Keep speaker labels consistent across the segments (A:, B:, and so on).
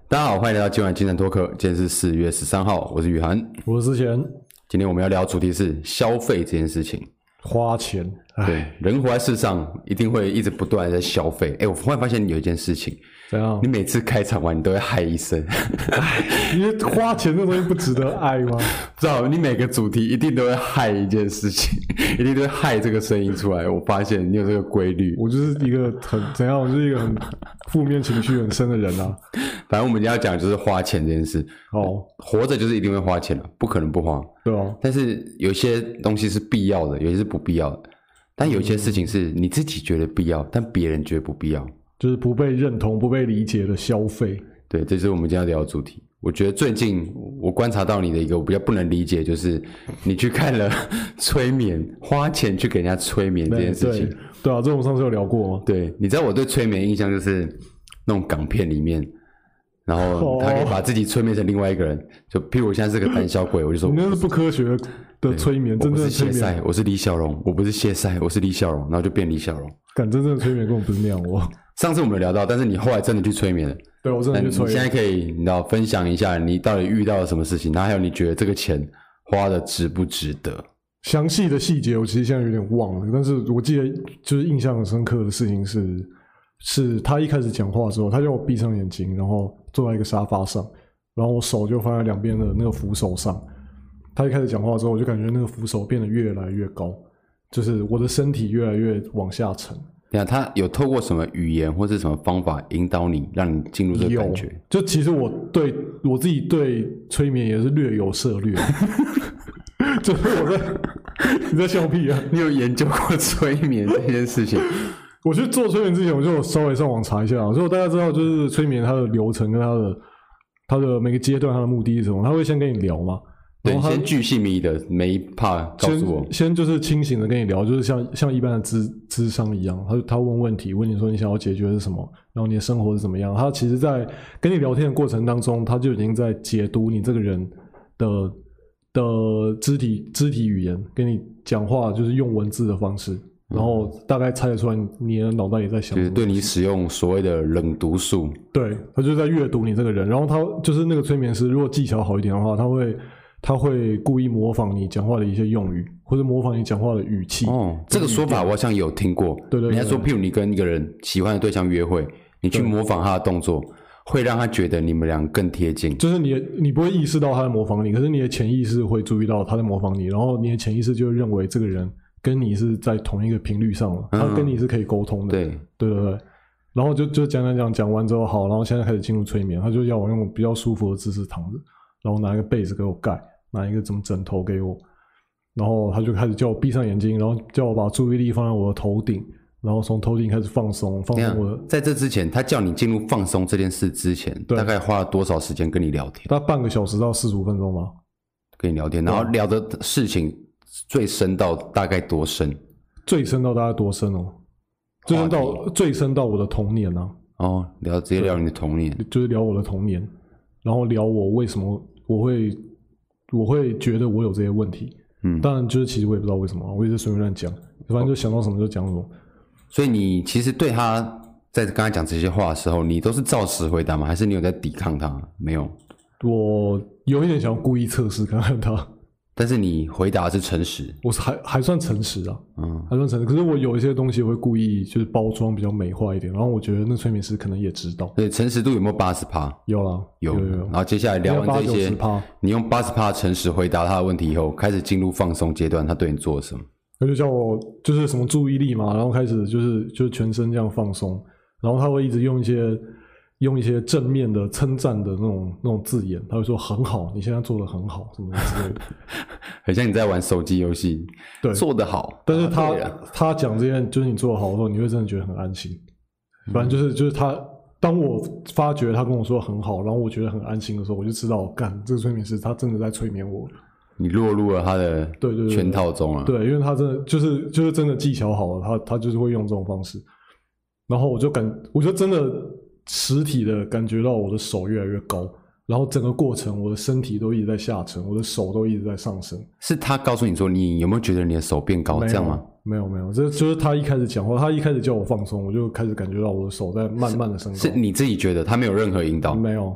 A: 大家好，欢迎来到今晚精神脱课。今天是4月13号，我是宇涵，
B: 我是之前。
A: 今天我们要聊的主题是消费这件事情。
B: 花钱，
A: 对，人活在世上一定会一直不断的在消费。我忽然发现有一件事情，
B: 怎样？
A: 你每次开场完你都会嗨一声，
B: 因为花钱这东西不值得爱吗？
A: 知道你每个主题一定都会嗨一件事情，一定都会嗨这个声音出来。我发现你有这个规律。
B: 我就是一个怎样？我就是一个很负面情绪很深的人啊。
A: 反正我们要讲就是花钱这件事。
B: 哦，
A: 活着就是一定会花钱的，不可能不花。
B: 对哦。
A: 但是有些东西是必要的，有些是不必要的。但有些事情是你自己觉得必要，但别人觉得不必要，
B: 就是不被认同、不被理解的消费。
A: 对，这是我们今天要聊的主题。我觉得最近我观察到你的一个我比较不能理解，就是你去看了催眠，花钱去给人家催眠这件事情。
B: 对啊，这我们上次有聊过吗？
A: 对，你知道我对催眠的印象就是那种港片里面，然后他可以把自己催眠成另外一个人，就譬如我现在是个胆小鬼，我就说
B: 你那是不科学的催眠，真正的催眠。
A: 我是李小龙，我不是谢赛，我是李小龙，然后就变李小龙。
B: 干，真正的催眠根本不是那样。
A: 上次我们有聊到，但是你后来真的去催眠了。
B: 对，我真的去催眠。
A: 你现在可以，你知道分享一下你到底遇到了什么事情，然后还有你觉得这个钱花的值不值得？
B: 详细的细节我其实现在有点忘了，但是我记得就是印象很深刻的事情是他一开始讲话的时候，他叫我闭上眼睛，然后坐在一个沙发上，然后我手就放在两边的那个扶手上。他一开始讲话之后，我就感觉那个扶手变得越来越高，就是我的身体越来越往下沉。
A: 他有透过什么语言或是什么方法引导你，让你进入这个感觉？
B: 就其实我自己对催眠也是略有涉猎。就是你在笑屁啊？
A: 你有研究过催眠这件事情？
B: 我去做催眠之前，我就稍微上网查一下，所以我大概知道就是催眠它的流程跟它的每个阶段它的目的是什么。他会先跟你聊嘛。
A: 对，你先巨细靡遗的每一 part 告诉我。
B: 先就是清醒的跟你聊，就是像一般的咨商一样，他问问题，问你说你想要解决的是什么，然后你的生活是怎么样。他其实在跟你聊天的过程当中，他就已经在解读你这个人的肢体语言，跟你讲话就是用文字的方式，然后大概猜得出来你的脑袋里在想什么，
A: 就是对你使用所谓的冷读术。
B: 对，他就在阅读你这个人，然后他就是那个催眠师，如果技巧好一点的话，他会故意模仿你讲话的一些用语，或者模仿你讲话的语气。
A: 这个说法我好像有听过。
B: 对，人
A: 家说譬如你跟一个人喜欢的对象约会，你去模仿他的动作，会让他觉得你们俩更贴近。
B: 就是你不会意识到他在模仿你，可是你的潜意识会注意到他在模仿你，然后你的潜意识就会认为这个人跟你是在同一个频率上了，他跟你是可以沟通的。对。然后就讲完之后，好，然后现在开始进入催眠，他就要我用比较舒服的姿势躺着，然后拿一个被子给我盖，拿一个枕头给我，然后他就开始叫我闭上眼睛，然后叫我把注意力放在我的头顶，然后从头顶开始放松我的。
A: 在这之前，他叫你进入放松这件事之前，大概花了多少时间跟你聊天？
B: 大概半个小时到45分钟吧。
A: 跟你聊天，然后聊的事情最深到大概多深？
B: 最深到大概多深哦？最深到我的童年啊！
A: 直接聊你的童年，
B: 就是聊我的童年，然后聊我为什么我会觉得我有这些问题。当然就是其实我也不知道为什么，我也是随便乱讲，反正就想到什么就讲什么。所
A: 以你其实对他在跟他讲这些话的时候，你都是照实回答吗？还是你有在抵抗他？没有，
B: 我有一点想要故意测试看看他。
A: 但是你回答的是诚实，
B: 我还算诚实啊，还算诚实。可是我有一些东西我会故意就是包装比较美化一点，然后我觉得那催眠师可能也知道。
A: 对，诚实度有没有80%？
B: 有啦，有。
A: 然后接下来聊完这些，你用80%诚实回答他的问题以后，开始进入放松阶段，他对你做了什么？
B: 他就叫我就是什么注意力嘛，然后开始就是全身这样放松，然后他会一直用一些正面的称赞的那种字眼，他会说很好，你现在做得很好，什么之类的，
A: 很像你在玩手机游戏，对，做得好。
B: 但是他讲这件就是你做得好的时候，你会真的觉得很安心。反正就是他，当我发觉他跟我说很好，然后我觉得很安心的时候，我就知道，干，这个催眠师他真的在催眠我。
A: 你落入了他的圈套中了。
B: 对，因为他真的就是真的技巧好了，他就是会用这种方式。然后我就真的实体的感觉到我的手越来越高，然后整个过程我的身体都一直在下沉，我的手都一直在上升。
A: 是他告诉你说你有没有觉得你的手变高这样吗？
B: 没有，这就是他一开始讲话，他一开始叫我放松，我就开始感觉到我的手在慢慢的升高。
A: 是你自己觉得，他没有任何引导？
B: 没有，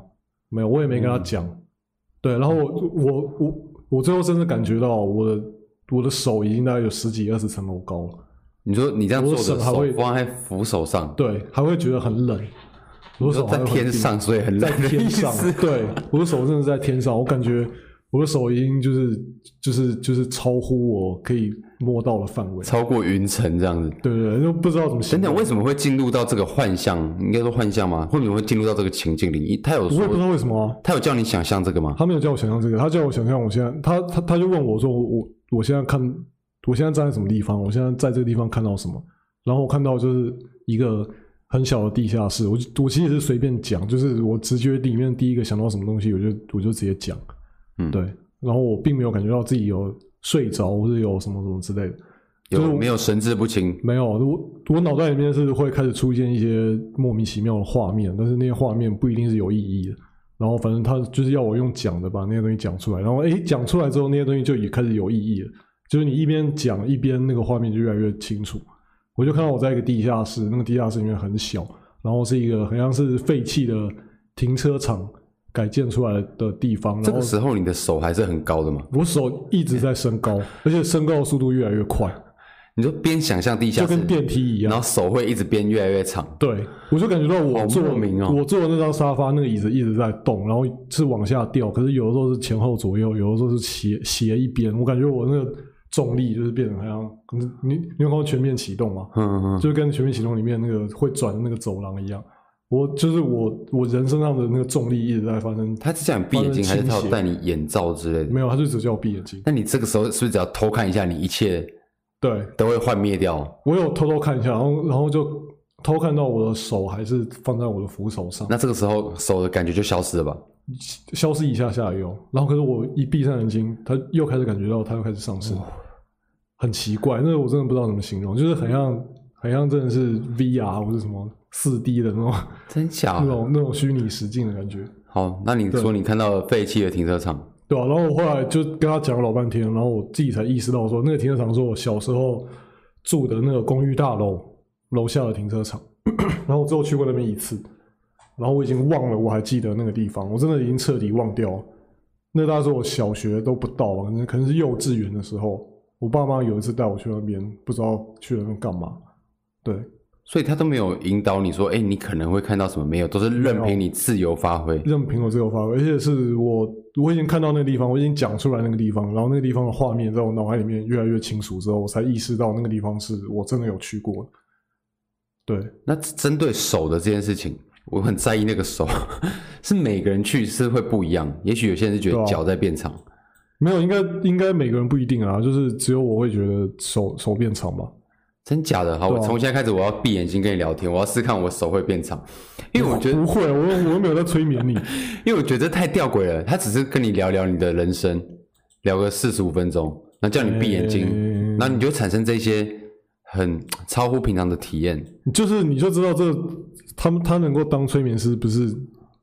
B: 没有，我也没跟他讲。对，然后我最后甚至感觉到我的手已经大概有10几20层楼高了。
A: 你说你这样做的手放在扶手上，
B: 对，还会觉得很冷。我的手
A: 在天上，所以很冷。
B: 在天上，对，我的手真的是在天上，我感觉我的手已经就是超乎我可以摸到的范围，
A: 超过云层这样子。
B: 对对，就不知道怎么想。
A: 等等，为什么会进入到这个幻象？应该说幻象吗？为什么会进入到这个情境里？他有说，
B: 我也不知道为什么啊。
A: 他有叫你想象这个吗？
B: 他没有叫我想象这个，他叫我想象我现在，他就问我说，我现在站在什么地方？我现在在这个地方看到什么？然后我看到就是一个很小的地下室，我其实是随便讲，就是我直觉里面第一个想到什么东西，我就直接讲，对，然后我并没有感觉到自己有睡着或者有什么之类的，
A: 有没有神志不清？
B: 没有，我脑袋里面是会开始出现一些莫名其妙的画面，但是那些画面不一定是有意义的。然后反正他就是要我用讲的把那些东西讲出来，然后讲出来之后那些东西就也开始有意义了，就是你一边讲一边那个画面就越来越清楚。我就看到我在一个地下室，那个地下室里面很小，然后是一个很像是废弃的停车场改建出来的地方。
A: 这个时候你的手还是很高的吗？
B: 我手一直在升高，而且升高的速度越来越快。
A: 你就边想象地下室
B: 就跟电梯一样，
A: 然后手会一直变越来越长。
B: 对，我就感觉到我坐的那张沙发，那个椅子一直在动，然后是往下掉，可是有的时候是前后左右，有的时候是斜一边。我感觉我那个重力就是变成好像你有看过全面启动吗？就是跟全面启动里面那个会转的那个走廊一样。我人身上的那个重力一直在发生。
A: 他是叫你闭眼睛，还是他有带你眼罩之类的？
B: 没有，他就只叫我闭眼睛。
A: 那你这个时候是不是只要偷看一下，你一切
B: 对
A: 都会幻灭掉？我
B: 有偷看一下，然后就偷看到我的手还是放在我的扶手上。
A: 那这个时候手的感觉就消失了吧？
B: 消失一下下而已。然后可是我一闭上眼睛，他又开始感觉到他又开始上升，很奇怪。那我真的不知道怎么形容，就是很像真的是 VR 或者什么4D 的那种，
A: 真假的
B: 那种虚拟实境的感觉。
A: 好，那你说你看到了废弃的停车场？
B: 对啊，然后我后来就跟他讲了老半天，然后我自己才意识到说，那个停车场是我小时候住的那个公寓大楼下的停车场。然后我之后去过那边一次，然后我已经忘了我还记得那个地方，我真的已经彻底忘掉了。那大概是我小学都不到，可能是幼稚园的时候，我爸妈有一次带我去那边，不知道去那边干嘛。对，
A: 所以他都没有引导你说，你可能会看到什么，没有，都是任凭你自由发挥，
B: 任凭我自由发挥。而且是我已经看到那个地方，我已经讲出来那个地方，然后那个地方的画面在我脑海里面越来越清楚之后，我才意识到那个地方是我真的有去过的。对，那
A: 针对手的这件事情，我很在意那个手，是每个人去是会不一样。也许有些人是觉得脚在变长，
B: 没有，应该每个人不一定啊，就是只有我会觉得手变长吧。
A: 真假的？好，我从现在开始我要闭眼睛跟你聊天，我要试看我手会变长，因为我觉得
B: 不会，我又没有在催眠你，
A: 因为我觉得这太吊诡了。他只是跟你聊聊你的人生，聊个45分钟，然后叫你闭眼睛，然后你就产生这些很超乎平常的体验，
B: 就是你就知道他能够当催眠师不是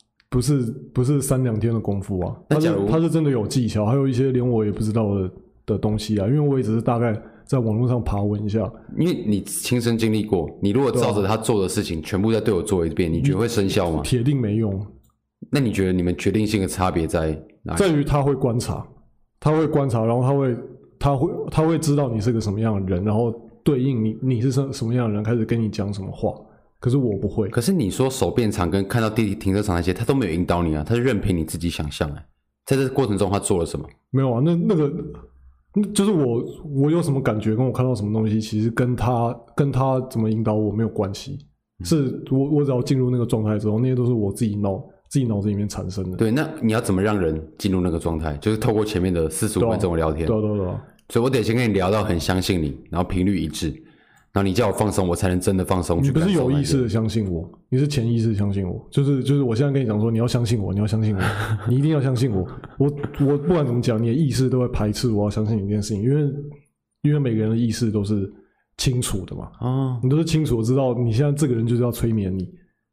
B: 3-2天的功夫啊，他是真的有技巧，还有一些连我也不知道的东西啊，因为我也只是大概在网络上爬文一下。
A: 因为你亲身经历过，你如果照着他做的事情全部再对我做一遍，你觉得会生效吗？
B: 铁定没用。
A: 那你觉得你们决定性的差别在哪里？
B: 在于他会观察，然后他会知道你是个什么样的人，然后对应你是什么样的人开始跟你讲什么话。可是我不会。
A: 可是你说手变长跟看到停车场那些，他都没有引导你啊，他是任凭你自己想象。在这个过程中他做了什么？没有啊，那个就是我有什么感觉，跟我看到什么东西，其实跟他怎么引导我没有关系。是我只要进入那个状态之后，那些都是我自己脑子里面产生的。对，那你要怎么让人进入那个状态？就是透过前面的45分钟的聊天。对。所以我得先跟你聊到很相信你，然后频率一致，然后你叫我放松，我才能真的放松。你不是有意识的相信我，你是潜意识相信我。就是我现在跟你讲说，你要相信我，你一定要相信我。我不管怎么讲，你的意识都会排斥我要相信你这件事情，因为每个人的意识都是清楚的嘛。你都是清楚的知道你现在这个人就是要催眠你，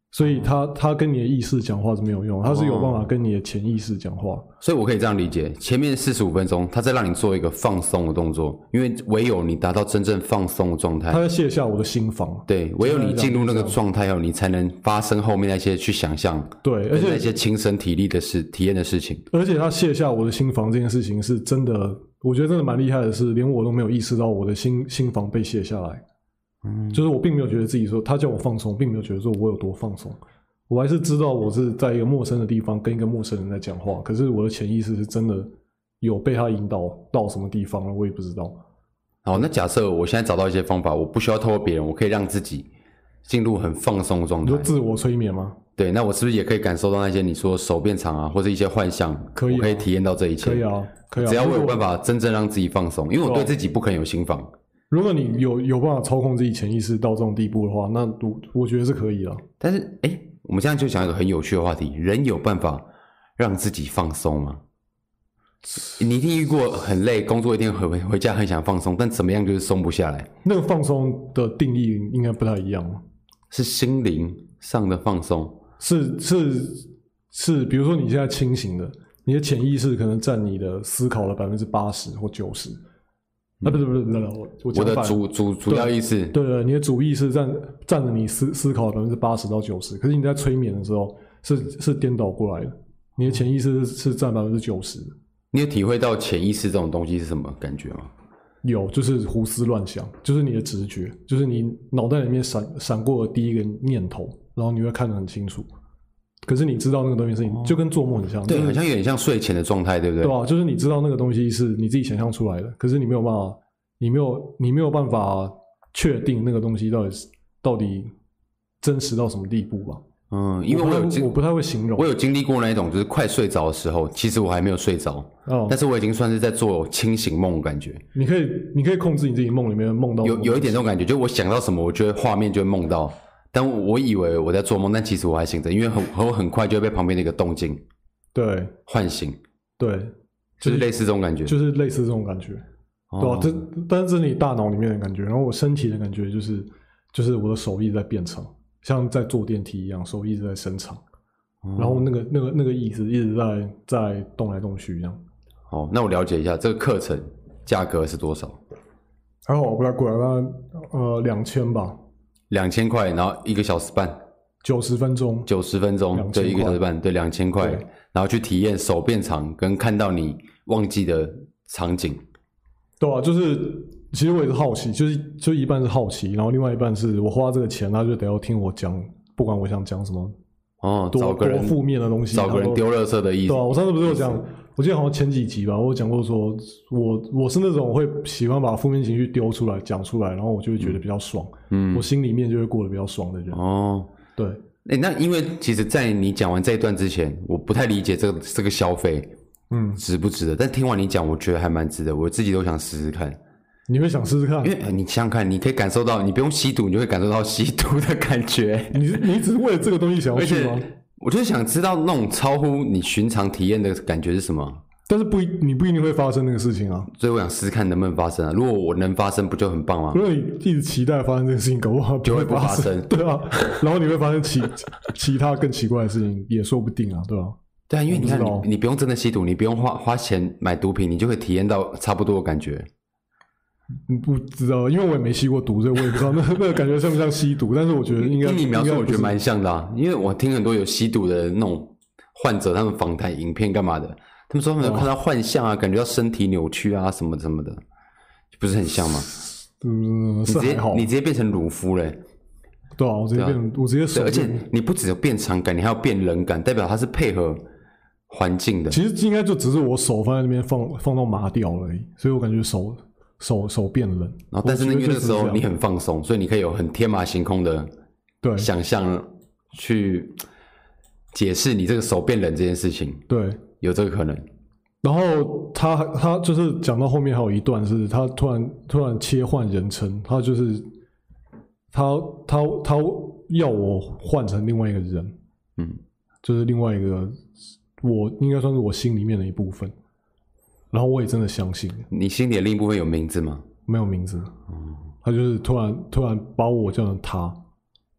B: 所以他跟你的意识讲话是没有用，他是有办法跟你的潜意识讲话。
A: 所以我可以这样理解，前面45分钟他在让你做一个放松的动作，因为唯有你达到真正放松的状态，
B: 他在卸下我的心防。
A: 对，唯有你进入那个状态后，你才能发生后面那些去想象，
B: 对，而且
A: 那些亲身体验的事情。
B: 而且他卸下我的心防这件事情是真的，我觉得真的蛮厉害的是，连我都没有意识到我的心防被卸下来。就是我并没有觉得自己说他叫我放松，并没有觉得说我有多放松，我还是知道我是在一个陌生的地方跟一个陌生人在讲话，可是我的潜意识是真的有被他引导到什么地方了，我也不知道。
A: 好，那假设我现在找到一些方法，我不需要透过别人，我可以让自己进入很放松的状态。
B: 你说自我催眠吗？
A: 对，那我是不是也可以感受到那些你说手变长啊，或者一些幻象？
B: 可以、啊，
A: 我可以体验到这一切。
B: 可以啊，可以啊。
A: 只要我有办法真正让自己放松，因为我对自己不可能有心防。
B: 如果你有办法操控自己潜意识到这种地步的话，那我觉得是可以的。
A: 但是，我们现在就讲一个很有趣的话题：人有办法让自己放松吗？你一定遇过很累，工作一天回家很想放松，但怎么样就是松不下来。
B: 那个放松的定义应该不太一样，
A: 是心灵上的放松，
B: 是，比如说你现在清醒的，你的潜意识可能占你的思考的80%或90%。不是，我
A: 的主要意识，
B: 对，你的主意识占着你思考的80%到90%，可是你在催眠的时候是颠倒过来的，你的潜意识是占90%。
A: 你有体会到潜意识这种东西是什么感觉吗？
B: 有，就是胡思乱想，就是你的直觉，就是你脑袋里面闪过的第一个念头，然后你会看得很清楚。可是你知道那个东西是你就跟做梦很像，
A: 对，好像有点像睡前的状态，对不对？
B: 对啊，就是你知道那个东西是你自己想象出来的，可是你没有办法，你没有办法确定那个东西到底真实到什么地步吧？
A: 因为
B: 我不太会形容，
A: 我有经历过那一种，就是快睡着的时候，其实我还没有睡着，但是我已经算是在做清醒梦的感觉。
B: 你可以控制你自己梦里面梦到
A: 有一点这种感觉，就我想到什么，我觉得画面就会梦到。但我以为我在做梦，但其实我还醒着，因为我很快就会被旁边的一个动静唤醒。
B: 对，
A: 就是类似这种感觉，
B: 就是类似这种感觉，对吧？但是这是你大脑里面的感觉，然后我身体的感觉就是我的手一直在变长，像在坐电梯一样，手一直在伸长，然后那个椅子一直在动来动去一样。
A: 好，那我了解一下这个课程价格是多少？
B: 还好不太贵，大概2000吧。
A: 2000块，然后1个小时半
B: ，90分钟，
A: 对，1个小时半，对，2000块，然后去体验手变长跟看到你忘记的场景。
B: 对啊，就是其实我也是好奇，就一半是好奇，然后另外一半是我花这个钱，他就得要听我讲，不管我想讲什么，多负面的东西，
A: 找个人丢垃圾的意思。
B: 对啊，我上次不是有讲，我记得好像前几集吧，我有讲过说，我是那种会喜欢把负面情绪丢出来讲出来，然后我就会觉得比较爽，我心里面就会过得比较爽的人。对。
A: 那因为其实在你讲完这一段之前，我不太理解这个消费，值不值得？但听完你讲，我觉得还蛮值得，我自己都想试试看。
B: 你会想试试看？
A: 因为你想想看，你可以感受到，你不用吸毒，你就会感受到吸毒的感觉。
B: 你只是为了这个东西想要去吗？
A: 我就是想知道那种超乎你寻常体验的感觉是什么。
B: 但是你不一定会发生那个事情啊，
A: 所以我想试试看能不能发生啊。如果我能发生，不就很棒吗？
B: 如果你一直期待发生这个事情，搞不好
A: 就会不发生。
B: 对啊，然后你会发生其他更奇怪的事情，也说不定啊，对吧？
A: 对啊，因为你看，你不用真的吸毒，你不用花钱买毒品，你就可以体验到差不多的感觉。
B: 不知道，因为我也没吸过毒，所以我也不知道那个感觉像不像吸毒。但是我觉得应该
A: 听你描述，我觉得蛮像的啊。因为我听很多有吸毒的那种患者，他们访谈影片干嘛的，他们说他们有看到幻象啊，感觉到身体扭曲啊，什么什么的，不是很像吗？
B: 是还好。
A: 你直接变成鲁夫嘞。
B: 对啊，我直接手，
A: 而且你不只有变长感，你还有变冷感，代表它是配合环境的。
B: 其实应该就只是我手放在那边放到麻掉而已，所以我感觉手变冷。
A: 然后，但是因为那个时候你很放松，所以你可以有很天马行空的想象去解释你这个手变冷这件事情。
B: 对，
A: 有这个可能。
B: 然后他就是讲到后面还有一段是他突然切换人称，他就是他要我换成另外一个人，就是另外一个我应该算是我心里面的一部分。然后我也真的相信。
A: 你心里的另一部分有名字吗？
B: 没有名字。他就是突然把我叫成他。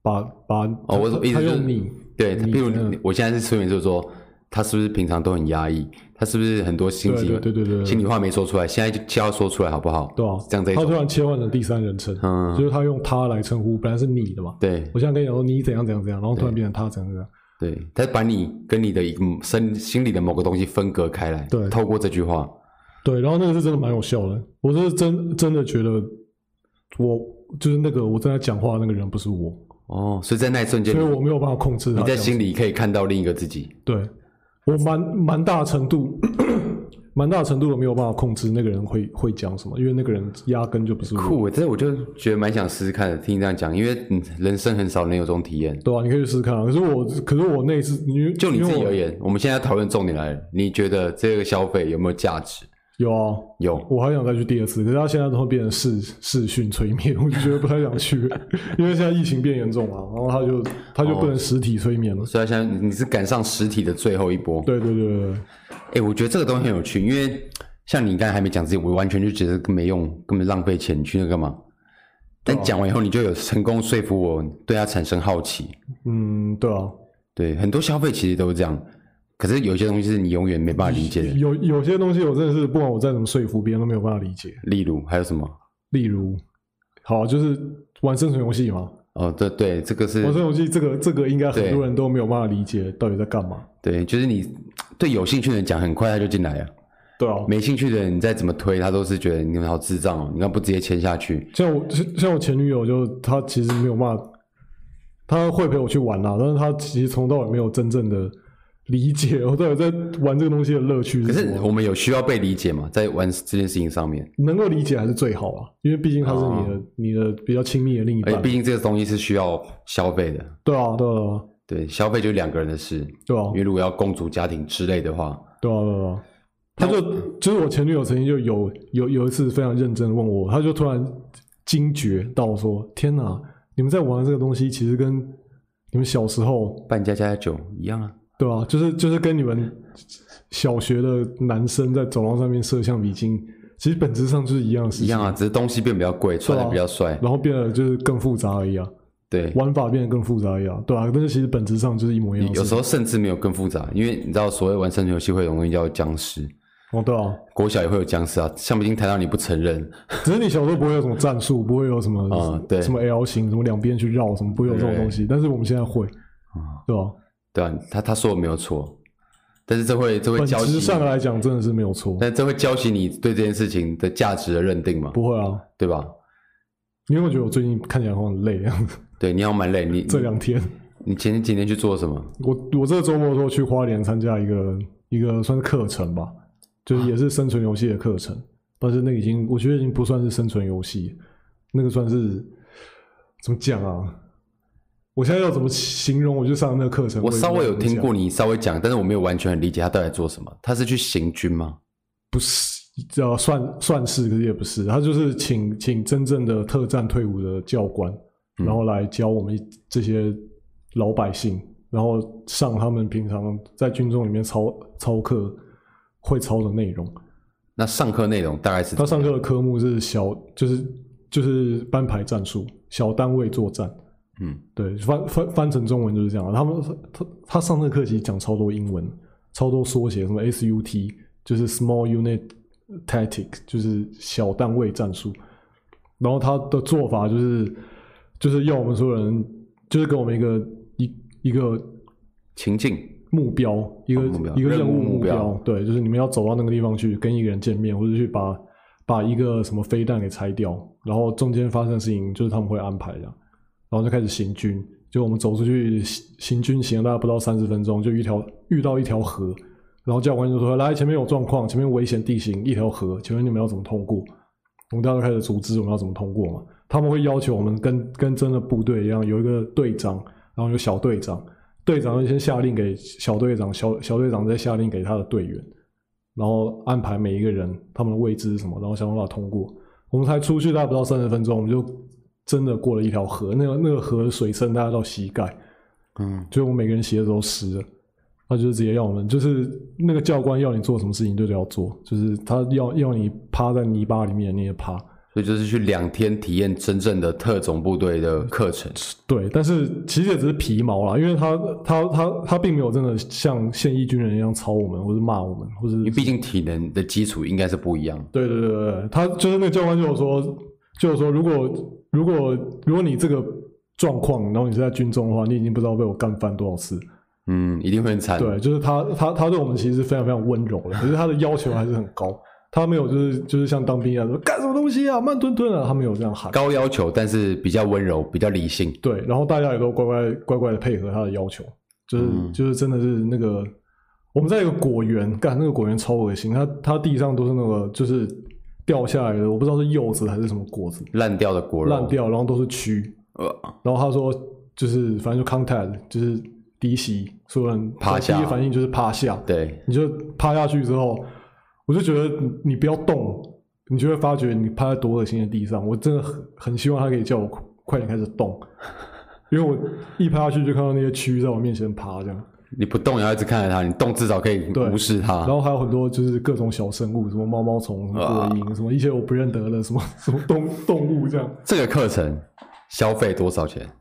B: 他用你，
A: 对，比如我现在是催眠，就是说他是不是平常都很压抑，他是不是很多心里话没说出来，现在就要说出来好不好？
B: 对啊，
A: 这样这一种
B: 他突然切换成第三人称，就是他用他来称呼，本来是你的嘛，
A: 对，
B: 我现在跟你讲说你怎样怎样怎样，然后突然变成他怎样怎样，
A: 对，他把你跟你的一个心里的某个东西分隔开来，
B: 对，
A: 透过这句话，
B: 对，然后那个是真的蛮有效的，我是真的觉得我就是那个我正在讲话的那个人不是我。
A: 哦，所以在那一瞬间，
B: 所以我没有办法控制他。
A: 你在心里可以看到另一个自己。
B: 对，我蛮大程度的没有办法控制那个人会讲什么，因为那个人压根就不是我。
A: 酷，这我就觉得蛮想试试看的。听你这样讲，因为人生很少能有这种体验。
B: 对啊，你可以试试看啊。可是我那次，
A: 就你自己而言，我们现在讨论重点来了，你觉得这个消费有没有价值？
B: 有啊，
A: 有，
B: 我还想再去第二次，可是他现在都会变成视讯催眠，我就觉得不太想去，因为现在疫情变严重了，然后他就不能实体催眠了，
A: 所以现在你是赶上实体的最后一波。
B: 对对对对，
A: 欸，我觉得这个东西很有趣，因为像你刚才还没讲之前，我完全就觉得没用，根本浪费钱，你去那干嘛？但讲完以后，你就有成功说服我对他产生好奇。
B: 嗯，对啊，
A: 对，很多消费其实都是这样。可是有些东西是你永远没办法理解的。
B: 有些东西我真的是不管我再怎么说服别人都没有办法理解。
A: 例如还有什么？
B: 例如，好，就是玩生存游戏嘛。
A: 哦，对，这个是
B: 玩生存游戏，这个应该很多人都没有办法理解到底在干嘛。
A: 对，就是你对有兴趣的人讲，很快他就进来了。
B: 对啊，
A: 没兴趣的人你再怎么推，他都是觉得你们好智障哦，你干不直接签下去？
B: 像我前女友她其实没有办法，她会陪我去玩啦，但是她其实从头到尾没有真正的理解我到底在玩这个东西的乐趣是什么。
A: 可是我们有需要被理解吗？在玩这件事情上面，
B: 能够理解还是最好啊，因为毕竟他是你的比较亲密的另一半。
A: 毕竟这个东西是需要消费的。
B: 对啊，
A: 对，消费就是两个人的事。
B: 对啊，
A: 因为如果要共组家庭之类的话，
B: 对啊。他就是我前女友曾经就有一次非常认真的问我，他就突然惊觉到说：“天哪，你们在玩的这个东西，其实跟你们小时候
A: 扮家家酒一样啊。”
B: 对啊，就是跟你们小学的男生在走廊上面射橡皮筋，其实本质上就是一样的事情。
A: 一样啊，只是东西变比较贵，穿得比较帅，
B: 然后变得就是更复杂而已啊。
A: 对，
B: 玩法变得更复杂而已啊，对啊，但是其实本质上就是一模一样的事情。
A: 有时候甚至没有更复杂，因为你知道，所谓玩生存游戏会有东西叫僵尸。
B: 哦，对啊，
A: 国小也会有僵尸啊，橡皮筋弹到你不承认。
B: 只是你小时候不会有什么战术，不会有什么
A: 对
B: 什么 L 型，什么两边去绕，什么不会有这种东西。但是我们现在会，对吧？
A: 对啊，他说的没有错，但是这会教习。
B: 本质上来讲，真的是没有错。
A: 但这会教习你对这件事情的价值的认定吗？
B: 不会啊，
A: 对吧？
B: 你有没有觉得我最近看起来好像很累样子？
A: 对，你好像蛮累。你
B: 这2天，
A: 你前几天去做什么？
B: 我这个周末的时候去花莲参加一个算是课程吧，就是也是生存游戏的课程，但是那个我觉得已经不算是生存游戏，那个算是怎么讲啊？我现在要怎么形容？我就上那个课程，
A: 我稍微有听过你稍微讲，但是我没有完全很理解他到底在做什么。他是去行军吗？
B: 不是，算是，可是也不是。他就是请真正的特战退伍的教官，然后来教我们这些老百姓，然后上他们平常在军中里面操课会操的内容。
A: 那上课内容大概是？
B: 他上课的科目是就是班排战术，小单位作战。对，翻成中文就是这样。他上那课其实讲超多英文，超多缩写，什么 SUT 就是 Small Unit Tactic 就是小单位战术。然后他的做法就是要我们所有人，就是给我们一个
A: 情境
B: 目标，一个任务目标。对，就是你们要走到那个地方去跟一个人见面，或者去把一个什么飞弹给拆掉，然后中间发生的事情就是他们会安排的。然后就开始行军，就我们走出去行军，行了大概不到30分钟，就遇到一条河，然后教官就说：“来，前面有状况，前面危险地形，一条河，请问你们要怎么通过？”我们大家开始组织我们要怎么通过嘛。他们会要求我们跟真的部队一样，有一个队长，然后有小队长，队长会先下令给小队长，小队长再下令给他的队员，然后安排每一个人他们的位置是什么，然后想办法通过。我们才出去大概不到30分钟，我们就真的过了一条河，那个河的水深大概到膝盖，就我们每个人鞋子都湿了。他就是直接要我们，就是那个教官要你做什么事情就要做，就是他要你趴在泥巴里面你也趴，
A: 所以就是去2天体验真正的特种部队的课程。
B: 对，但是其实也只是皮毛啦，因为他并没有真的像现役军人一样操我们，或是骂我们，或是
A: 因为毕竟体能的基础应该是不一样。
B: 对，他就是那个教官就有说，如果你这个状况，然后你是在军中的话，你已经不知道被我干翻多少次。
A: 一定会很惨。
B: 对，就是他对我们其实是非常非常温柔的，可是他的要求还是很高。他没有就是像当兵一样说干什么东西啊，慢吞吞啊，他没有这样喊。
A: 高要求，但是比较温柔，比较理性。
B: 对，然后大家也都乖乖的配合他的要求，就是真的是那个我们在一个果园，干那个果园超恶心，他地上都是那个就是掉下来的，我不知道是柚子还是什么果子，
A: 烂掉的果肉，
B: 烂掉，然后都是蛆。然后他说就是反正就 contact 就是滴洗，所有人
A: 趴下，
B: 第一反应就是趴下。
A: 对，
B: 你就趴下去之后，我就觉得你不要动，你就会发觉你趴在多恶心的地上。我真的很希望他可以叫我快点开始动，因为我一趴下去就看到那些蛆在我面前爬这样。
A: 你不动也要一直看着它，你动至少可以无视它。
B: 然后还有很多就是各种小生物，什么毛毛虫、什么苍蝇、什么一些我不认得的什么动物这样。
A: 这个课程消费多少钱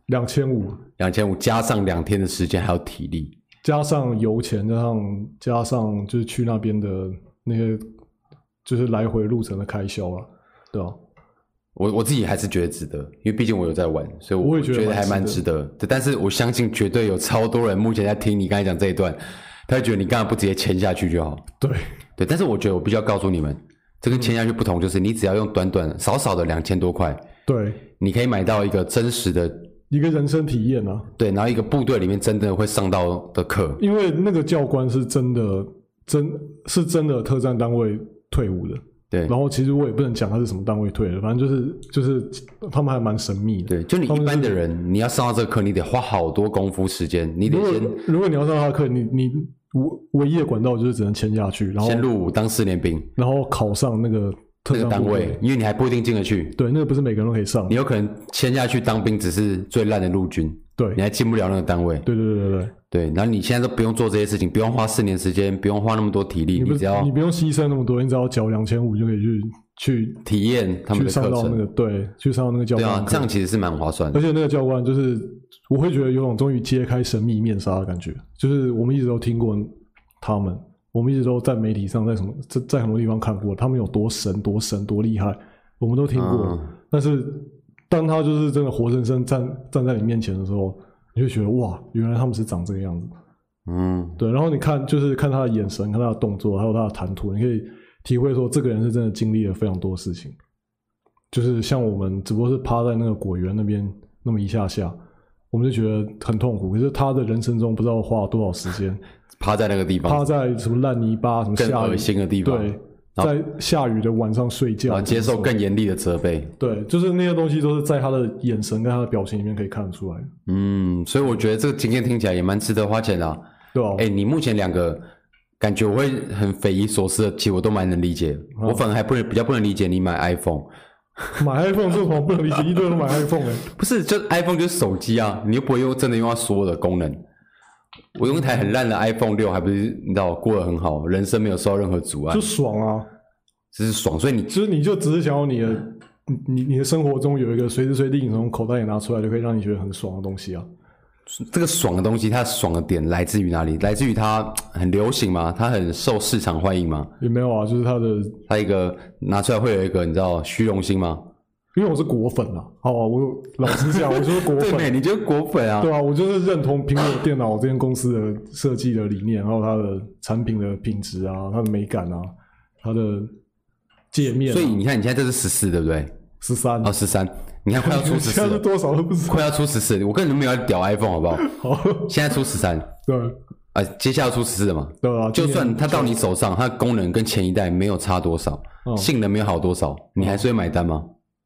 A: ？2500，加上2天的时间还有体力，
B: 加上油钱，加上就是去那边的那些就是来回路程的开销啦，对吧？
A: 我自己还是觉得值得，因为毕竟我有在玩，所以我
B: 也
A: 觉得还蛮值得的。但是我相信绝对有超多人目前在听你刚才讲这一段，他会觉得你干嘛不直接签下去就好？对，但是我觉得我必须要告诉你们，这跟签下去不同，就是你只要用短短少少的2000多块，
B: 对，
A: 你可以买到一个真实的
B: 一个人生体验啊。
A: 对，然后一个部队里面真的会上到的课，因
B: 为那个教官是真的特战单位退伍的。
A: 对，
B: 然后其实我也不能讲他是什么单位退的，反正就是他们还蛮神秘的。
A: 对，就你一般的人，你要上到这个课，你得花好多功夫时间，你得先。
B: 如果你要上他的课，你唯一的管道就是只能签下去，然后
A: 先入伍当4年兵，
B: 然后考上那个特战
A: 单位，因为你还不一定进得去。
B: 对，那个不是每个人都可以上，
A: 你有可能签下去当兵，只是最烂的陆军。
B: 对，
A: 你还进不了那个单位。
B: 对，
A: 然后你现在都不用做这些事情，不用花4年时间，不用花那么多体力，你只要
B: 你不用牺牲那么多，你只要缴2500就可以去
A: 体验他们的课程，
B: 去上到那个去上到那个教官。
A: 对啊，这样其实是蛮划算的。
B: 而且那个教官就是我会觉得有种终于揭开神秘面纱的感觉，就是我们一直都听过他们，我们一直都在媒体上在很多地方看过他们有多神多厉害，我们都听过。但是当他就是真的活生生站在你面前的时候，你会觉得哇，原来他们是长这个样子。对。然后你看他的眼神，看他的动作，还有他的谈吐，你可以体会说这个人是真的经历了非常多事情。就是像我们只不过是趴在那个果园那边那么一下，我们就觉得很痛苦。可是他的人生中不知道花了多少时间
A: 趴在那个地方，
B: 趴在什么烂泥巴、什么
A: 更恶心的地方。
B: 对。在下雨的晚上睡觉，
A: 然后接受更严厉的责备。
B: 对，就是那些东西都是在他的眼神跟他的表情里面可以看得出来。
A: 所以我觉得这个经验听起来也蛮值得花钱的。
B: 对啊。
A: 你目前2个感觉我会很匪夷所思的，其实我都蛮能理解。我反而还比较不能理解你买 iPhone。
B: 买 iPhone 这什么不能理解？一堆人买 iPhone
A: 不是，就 iPhone 就是手机啊，你又不会真的用到所有的功能。我用一台很烂的 iPhone 6，还不是你知道过得很好，人生没有受到任何阻碍，
B: 就爽啊，
A: 只是爽。所以你
B: 就只是想要你的生活中有一个随时随地你从口袋里拿出来就可以让你觉得很爽的东西啊。
A: 这个爽的东西，它爽的点来自于哪里？来自于它很流行吗？它很受市场欢迎吗？
B: 也没有啊，就是
A: 它一个拿出来会有一个你知道虚荣心吗？
B: 因为我是果粉啊，好啊，我老实讲，我就是果粉。
A: 对，你就是果粉啊？
B: 对啊，我就是认同苹果电脑这间公司的设计的理念，还有它的产品的品质啊，它的美感啊，它的界面。
A: 所以你看，你现在这是14，对不对
B: ？13。
A: 哦，13。你看快要出14，
B: 现在是多少都不知道。
A: 快要出14，我根本没有要屌 iPhone， 好不好？
B: 好。
A: 现在出13。
B: 对。
A: 接下来出14了嘛？
B: 对啊。
A: 就算它到你手上，它的功能跟前一代没有差多少，性能没有好多少，你还是会买单吗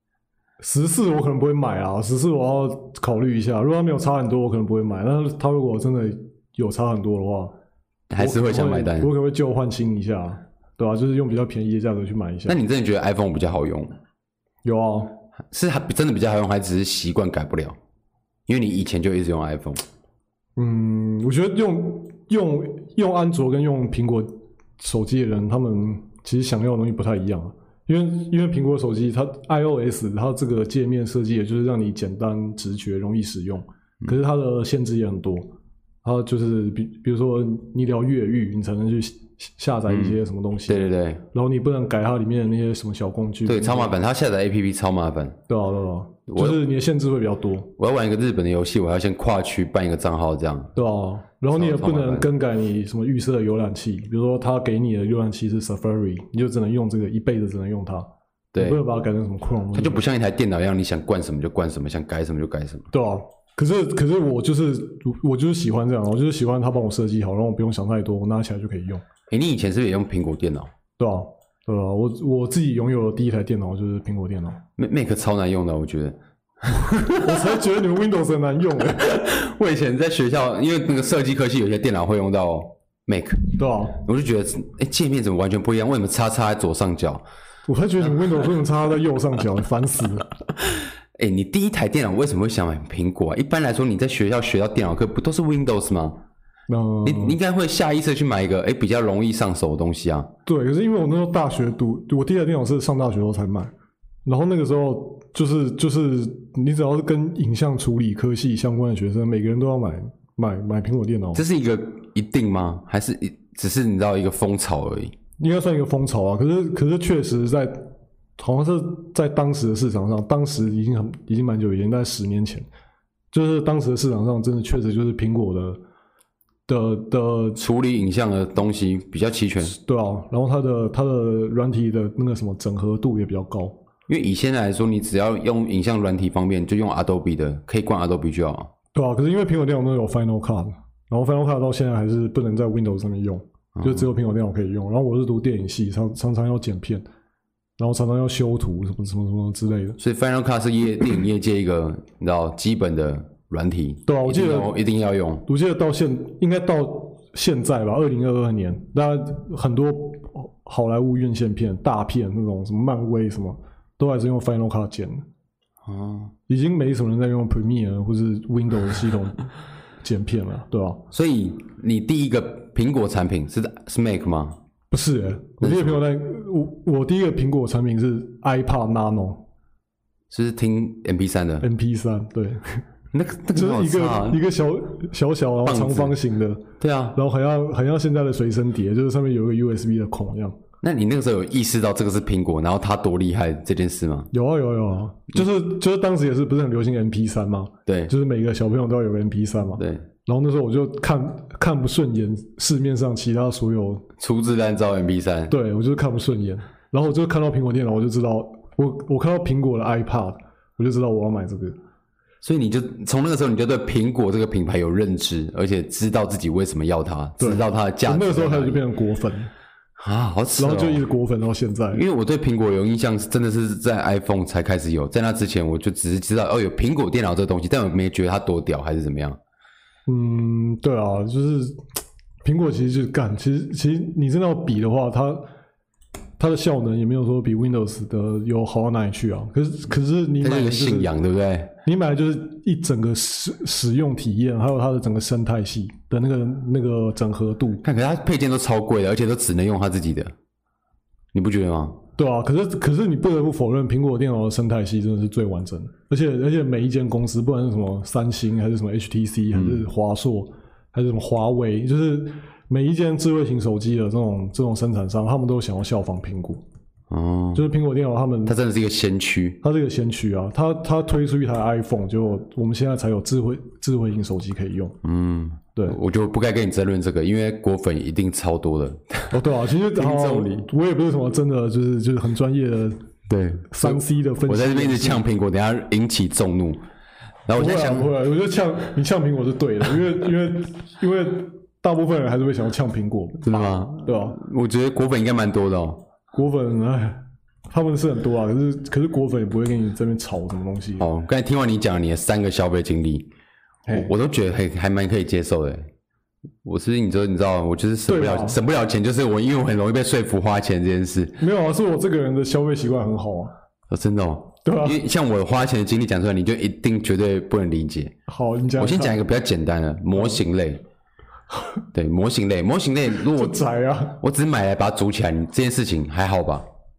B: ？14我可能不会买啊，14我要考虑一下。如果它没有差很多，我可能不会买。但是它如果真的有差很多的话，
A: 还是会想买单。
B: 我可能会旧换新一下，对啊，就是用比较便宜的价格去买一下。
A: 那你真的觉得 iPhone 比较好用？
B: 有啊，
A: 是真的比较好用，还只是习惯改不了？因为你以前就一直用 iPhone。
B: 我觉得用安卓跟用苹果手机的人，他们其实想要的东西不太一样。 因为苹果手机它 iOS 它这个界面设计也就是让你简单直觉容易使用，可是它的限制也很多，它就是比如说你聊越狱你才能去下载一些什么东西，
A: 对，
B: 然后你不能改它里面的那些什么小工具，
A: 对，超麻烦，它下载 APP 超麻烦，
B: 对啊，就是你的限制会比较多。
A: 我要玩一个日本的游戏，我要先跨区办一个账号这样，
B: 对啊，然后你也不能更改你什么预设的浏览器，比如说他给你的浏览器是 Safari， 你就只能用这个，一辈子只能用它。对，你不能把它改成什么 Chrome。
A: 它就不像一台电脑一样，你想灌什么就灌什么，想改什么就改什么。
B: 对啊，可是我就是喜欢这样，我就是喜欢他帮我设计好，让我不用想太多，我拿起来就可以用。
A: 你以前是不是也用苹果电脑？
B: 对啊，我自己拥有的第一台电脑就是苹果电脑。
A: Mac 超难用的，我觉得。
B: 我才觉得你们 Windows 很难用诶。
A: 我以前在学校，因为那个设计科系有些电脑会用到 Mac，
B: 对啊，
A: 我就觉得界面怎么完全不一样？为什么叉在左上角？
B: 我才觉得你们 Windows 不能叉在右上角，烦死了。
A: 你第一台电脑为什么会想买苹果啊？一般来说你在学校学到电脑课不都是 Windows 吗？你应该会下意识去买一个比较容易上手的东西啊。
B: 对，可是因为我那时候大学我第一台电脑是上大学后才买，然后那个时候就是你只要是跟影像处理科系相关的学生，每个人都要买苹果电脑。
A: 这是一个一定吗？还是只是你知道一个风潮而已？
B: 应该算一个风潮啊。可是确实好像是在当时的市场上，当时已经蛮久以前，大概10年前，就是当时的市场上真的确实就是苹果的
A: 处理影像的东西比较齐全。
B: 对啊，然后它的软体的那个什么整合度也比较高。
A: 因为以现在来说，你只要用影像软体方面，就用 Adobe 的，可以灌 Adobe 就好。
B: 对啊，可是因为苹果电脑都有 Final Cut， 然后 Final Cut 到现在还是不能在 Windows 上面用，就只有苹果电脑可以用。然后我是读电影系，常常要剪片，然后常常要修图什么之类的。
A: 所以 Final Cut 是电影业界一个你知道基本的软体。
B: 对啊，我记得
A: 一定要用。
B: 我记得应该到现在吧，2022年，大家很多好莱坞院线片、大片那种什么漫威什么，都还是用 Final Cut 剪的。已经没什么人在用 Premiere 或是 Windows 系统剪片了，对吧？
A: 所以你第一个苹果产品是 Mac 吗？
B: 不是我第一个苹果我第一个苹果产品是 iPod Nano，
A: 是听 MP3 的
B: MP3， 对。
A: 那个
B: 就是一个小然后长方形的，
A: 对啊，
B: 然后很像现在的随身碟，就是上面有一个 USB 的孔一样。
A: 那你那个时候有意识到这个是苹果，然后它多厉害这件事吗？
B: 有啊，就是当时也是不是很流行 MP3 吗？
A: 对，
B: 就是每个小朋友都要有个 MP3 嘛。
A: 对。
B: 然后那时候我就看不顺眼市面上其他所有
A: 粗制滥造 MP3，
B: 对，我就是看不顺眼。然后我就看到苹果电脑，我就知道我看到苹果的 iPod， 我就知道我要买这个。
A: 所以你就从那个时候你就对苹果这个品牌有认知，而且知道自己为什么要它，知道它的价值。
B: 那个时候开始就变成果粉
A: 啊，好扯哦！
B: 然后就一直果粉到现在。
A: 因为我对苹果有印象，真的是在 iPhone 才开始有，在那之前我就只是知道有苹果电脑这个东西，但我没觉得它多屌还是怎么样。
B: 对啊，就是苹果其实就是干，其实你真的要比的话，它的效能也没有说比 Windows 的有好到哪里去啊。可是你买的、就是、
A: 信仰对不对？
B: 你买的就是一整个使用体验，还有它的整个生态系的那个整合度。
A: 可是它配件都超贵的，而且都只能用它自己的，你不觉得吗？
B: 对啊，可是你不得不否认，苹果电脑的生态系真的是最完整的，而且每一间公司，不管是什么三星还是什么 HTC 还是华硕还是什么华为，就是每一间智慧型手机的这种生产商，他们都想要效仿苹果。就是苹果电脑它
A: 真的是一个先驱，
B: 它是一个先驱啊！它推出一台 iPhone， 就我们现在才有智慧型手机可以用。对，
A: 我就不该跟你争论这个，因为果粉一定超多的。
B: 对啊，其实我也不是什么真的就是很专业的
A: 对
B: 3C 的分析。
A: 我在这边一直呛苹果，等一下引起众怒。然后我在想，
B: 不会，我觉得你呛苹果是对的，因为大部分人还是会想要呛苹果，
A: 真的吗？
B: 对啊，
A: 我觉得果粉应该蛮多的哦。
B: 果粉他们是很多啊，可是果粉也不会跟你这边吵什么东西。
A: 刚才听完你讲你的3个消费经历，我都觉得还蛮可以接受的。我是不是你知道我就是省不了钱，就是因为我很容易被说服花钱这件事。
B: 没有啊，是我这个人的消费习惯很好啊。
A: 真的哦。
B: 对啊，
A: 因为像我花钱的经历讲出来，你就一定绝对不能理解。
B: 好，你讲。
A: 我先讲一个比较简单的模型类。对，模型类，如果
B: 宅啊，
A: 我只是买来把它组起来，这件事情还好吧？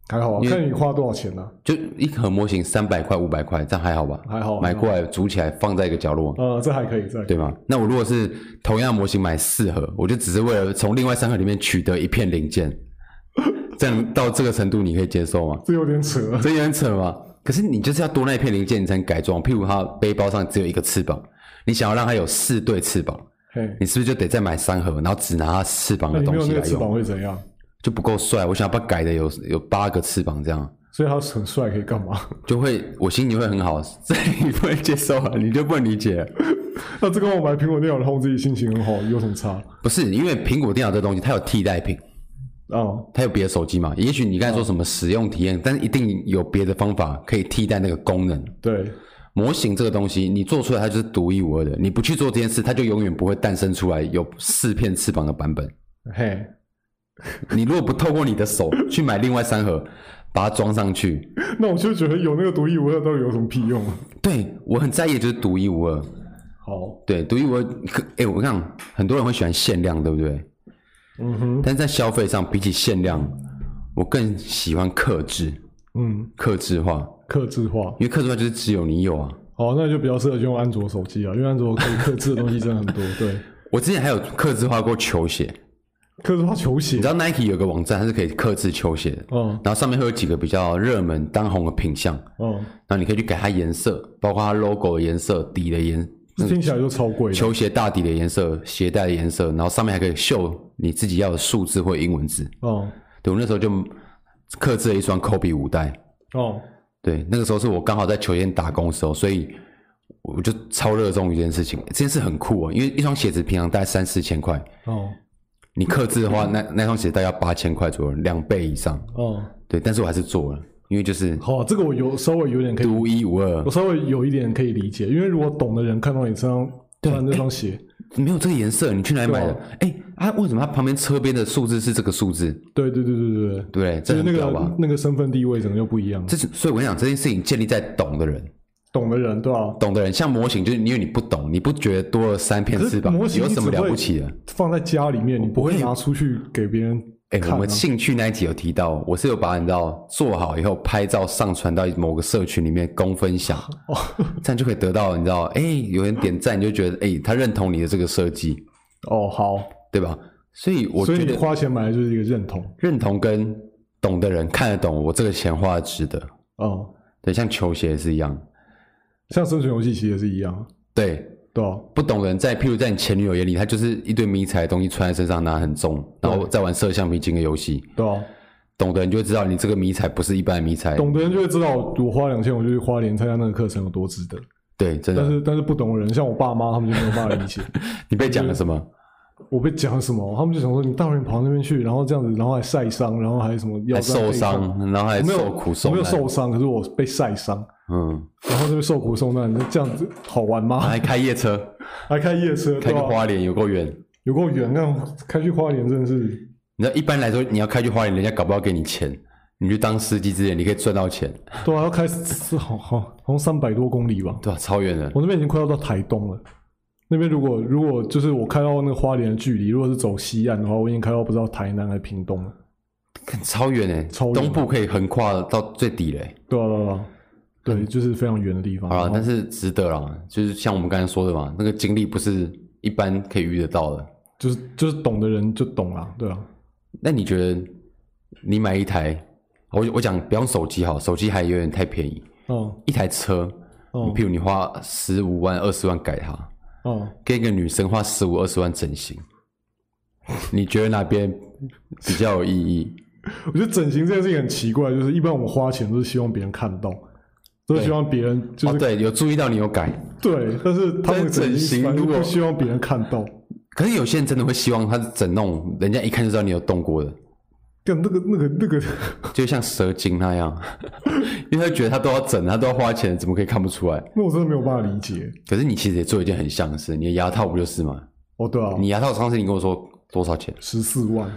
B: 还好啊，看你花多少钱啊？
A: 就一盒模型300块、500块，这样还好吧？
B: 还好，
A: 买过来组起来放在一个角落。
B: 这还可以，
A: 对吗？那我如果是同样模型买4盒，我就只是为了从另外3盒里面取得一片零件，这样到这个程度你可以接受吗？
B: 这有点扯，
A: 这有点扯吗？可是你就是要多那一片零件你才能改装，譬如它背包上只有1个翅膀，你想要让它有4对翅膀，你是不是就得再买3盒，然后只拿它翅膀的东西来用？
B: 那你没有那个翅膀会怎样？
A: 就不够帅，我想要把它改的有8个翅膀这样。
B: 所以他很帅，可以干嘛？
A: 就会我心情会很好，所以你不能接受啊，你就不能理解。
B: 那这跟我买苹果电脑然后自己心情很好有什么差？
A: 不是，因为苹果电脑这东西它有替代品。它有别的手机嘛？也许你刚才说什么使用体验，但是一定有别的方法可以替代那个功能。
B: 对，
A: 模型这个东西，你做出来它就是独一无二的，你不去做这件事，它就永远不会诞生出来有4片翅膀的版本。
B: 嘿，
A: 你如果不透过你的手去买另外3盒，把它装上去，
B: 那我就觉得有那个独一无二到底有什么屁用？
A: 对，我很在意的就是独一无二。
B: 好，
A: 对，独一无二。我看很多人会喜欢限量，对不对？但是在消费上，比起限量，我更喜欢客制。客制化，因为客制化就是只有你有啊。
B: 好，那就比较适合用安卓手机啊，因为安卓可以客制的东西真的很多。对，
A: 我之前还有客制化过球鞋。
B: 客制化球鞋，
A: 你知道 Nike 有个网站，它是可以客制球鞋的。然后上面会有几个比较热门、当红的品项。然后你可以去改它颜色，包括它 logo 的颜色、底的颜色。
B: 听起来就超贵。
A: 球鞋大底的颜色、鞋带的颜色，然后上面还可以秀你自己要的数字或英文字。对，我那时候就客制了一双 Kobe 5代。对，那个时候是我刚好在球店打工的时候，所以我就超热衷于这件事情。这件事很酷因为一双鞋子平常大概3-4千块。你客制的话，那双鞋大概要8000块左右，2倍以上。对，但是我还是做了，因为就是
B: 好，这个我稍微有点可以
A: 独一无二，
B: 我稍微有一点可以理解，因为如果懂的人看到你身上穿那双鞋，
A: 没有这个颜色，你去哪里买的？为什么它旁边车边的数字是这个数字？
B: 对，
A: 这很屌吧？
B: 那个身份地位整个就不一样。
A: 所以我跟你讲，这件事情建立在懂的人。
B: 对吧？
A: 懂的人，像模型，就是因为你不懂，你不觉得多了3片翅膀有什么了不起的？
B: 放在家里面，你不会拿出去给别人看。
A: 我们兴趣那一集有提到，我是有把你知道做好以后拍照上传到某个社群里面供分享，这样就可以得到你知道，有人点赞，你就觉得他认同你的这个设计。
B: 好，
A: 对吧？所以我觉得，
B: 所以你花钱买的就是一个
A: 认同跟懂的人看得懂我这个钱花的值得。对，像球鞋也是一样。
B: 像生存游戏其实也是一样。
A: 对
B: 啊，
A: 不懂的人譬如在你前女友眼里，他就是一堆迷彩的东西穿在身上，拿很重，然后再玩射橡皮筋的游戏。
B: 对啊，
A: 懂的人就会知道你这个迷彩不是一般的迷彩。
B: 懂的人就会知道我花2000我就去花莲参加那个课程有多值得。
A: 对，真的。
B: 但是不懂的人，像我爸妈他们就没有办法理解。
A: 你被讲了什么？
B: 我被讲了什么？他们就想说你大老远跑那边去，然后这样子，然后还晒伤，然后还什么腰
A: 受伤，然后还受苦受难。
B: 我没有受伤，可是我被晒伤。然后这边受苦受难，这样子好玩吗？
A: 还开夜车，
B: 开去
A: 花莲有够远，
B: 那开去花莲真的是。
A: 你知道一般来说，你要开去花莲，人家搞不好给你钱，你去当司机之前，你可以赚到钱。
B: 对啊，要开好像300多公里吧？
A: 对啊，超远的。
B: 我那边已经快要到台东了。那边如果就是我开到那个花莲的距离，如果是走西岸的话，我已经开到不知道台南还是屏东了。
A: 超远东部可以横跨到最底嘞。
B: 对，就是非常远的地方。
A: 好啦，但是值得啦，就是像我们刚才说的嘛，那个经历不是一般可以遇得到的。
B: 就是懂的人就懂啦，对啊。
A: 那你觉得你买一台，我讲不用手机好，手机还有点太便宜。一台车，譬如你花15万、20万改它。跟一个女生花15、20万整形，你觉得哪边比较有意义？
B: 我觉得整形这件事情很奇怪，就是一般我们花钱都是希望别人看到，都是希望别人就是
A: 对，有注意到你有改。
B: 对，但是他们整形如果不希望别人看到，
A: 可是有些人真的会希望他整弄，人家一看就知道你有动过的。
B: 那个，
A: 就像蛇精那样，因为他觉得他都要整，他都要花钱，怎么可以看不出来？
B: 那我真的没有办法理解。
A: 可是你其实也做一件很像的事，你的牙套不就是吗？
B: 对啊，
A: 你牙套上次你跟我说多少钱
B: ？14万。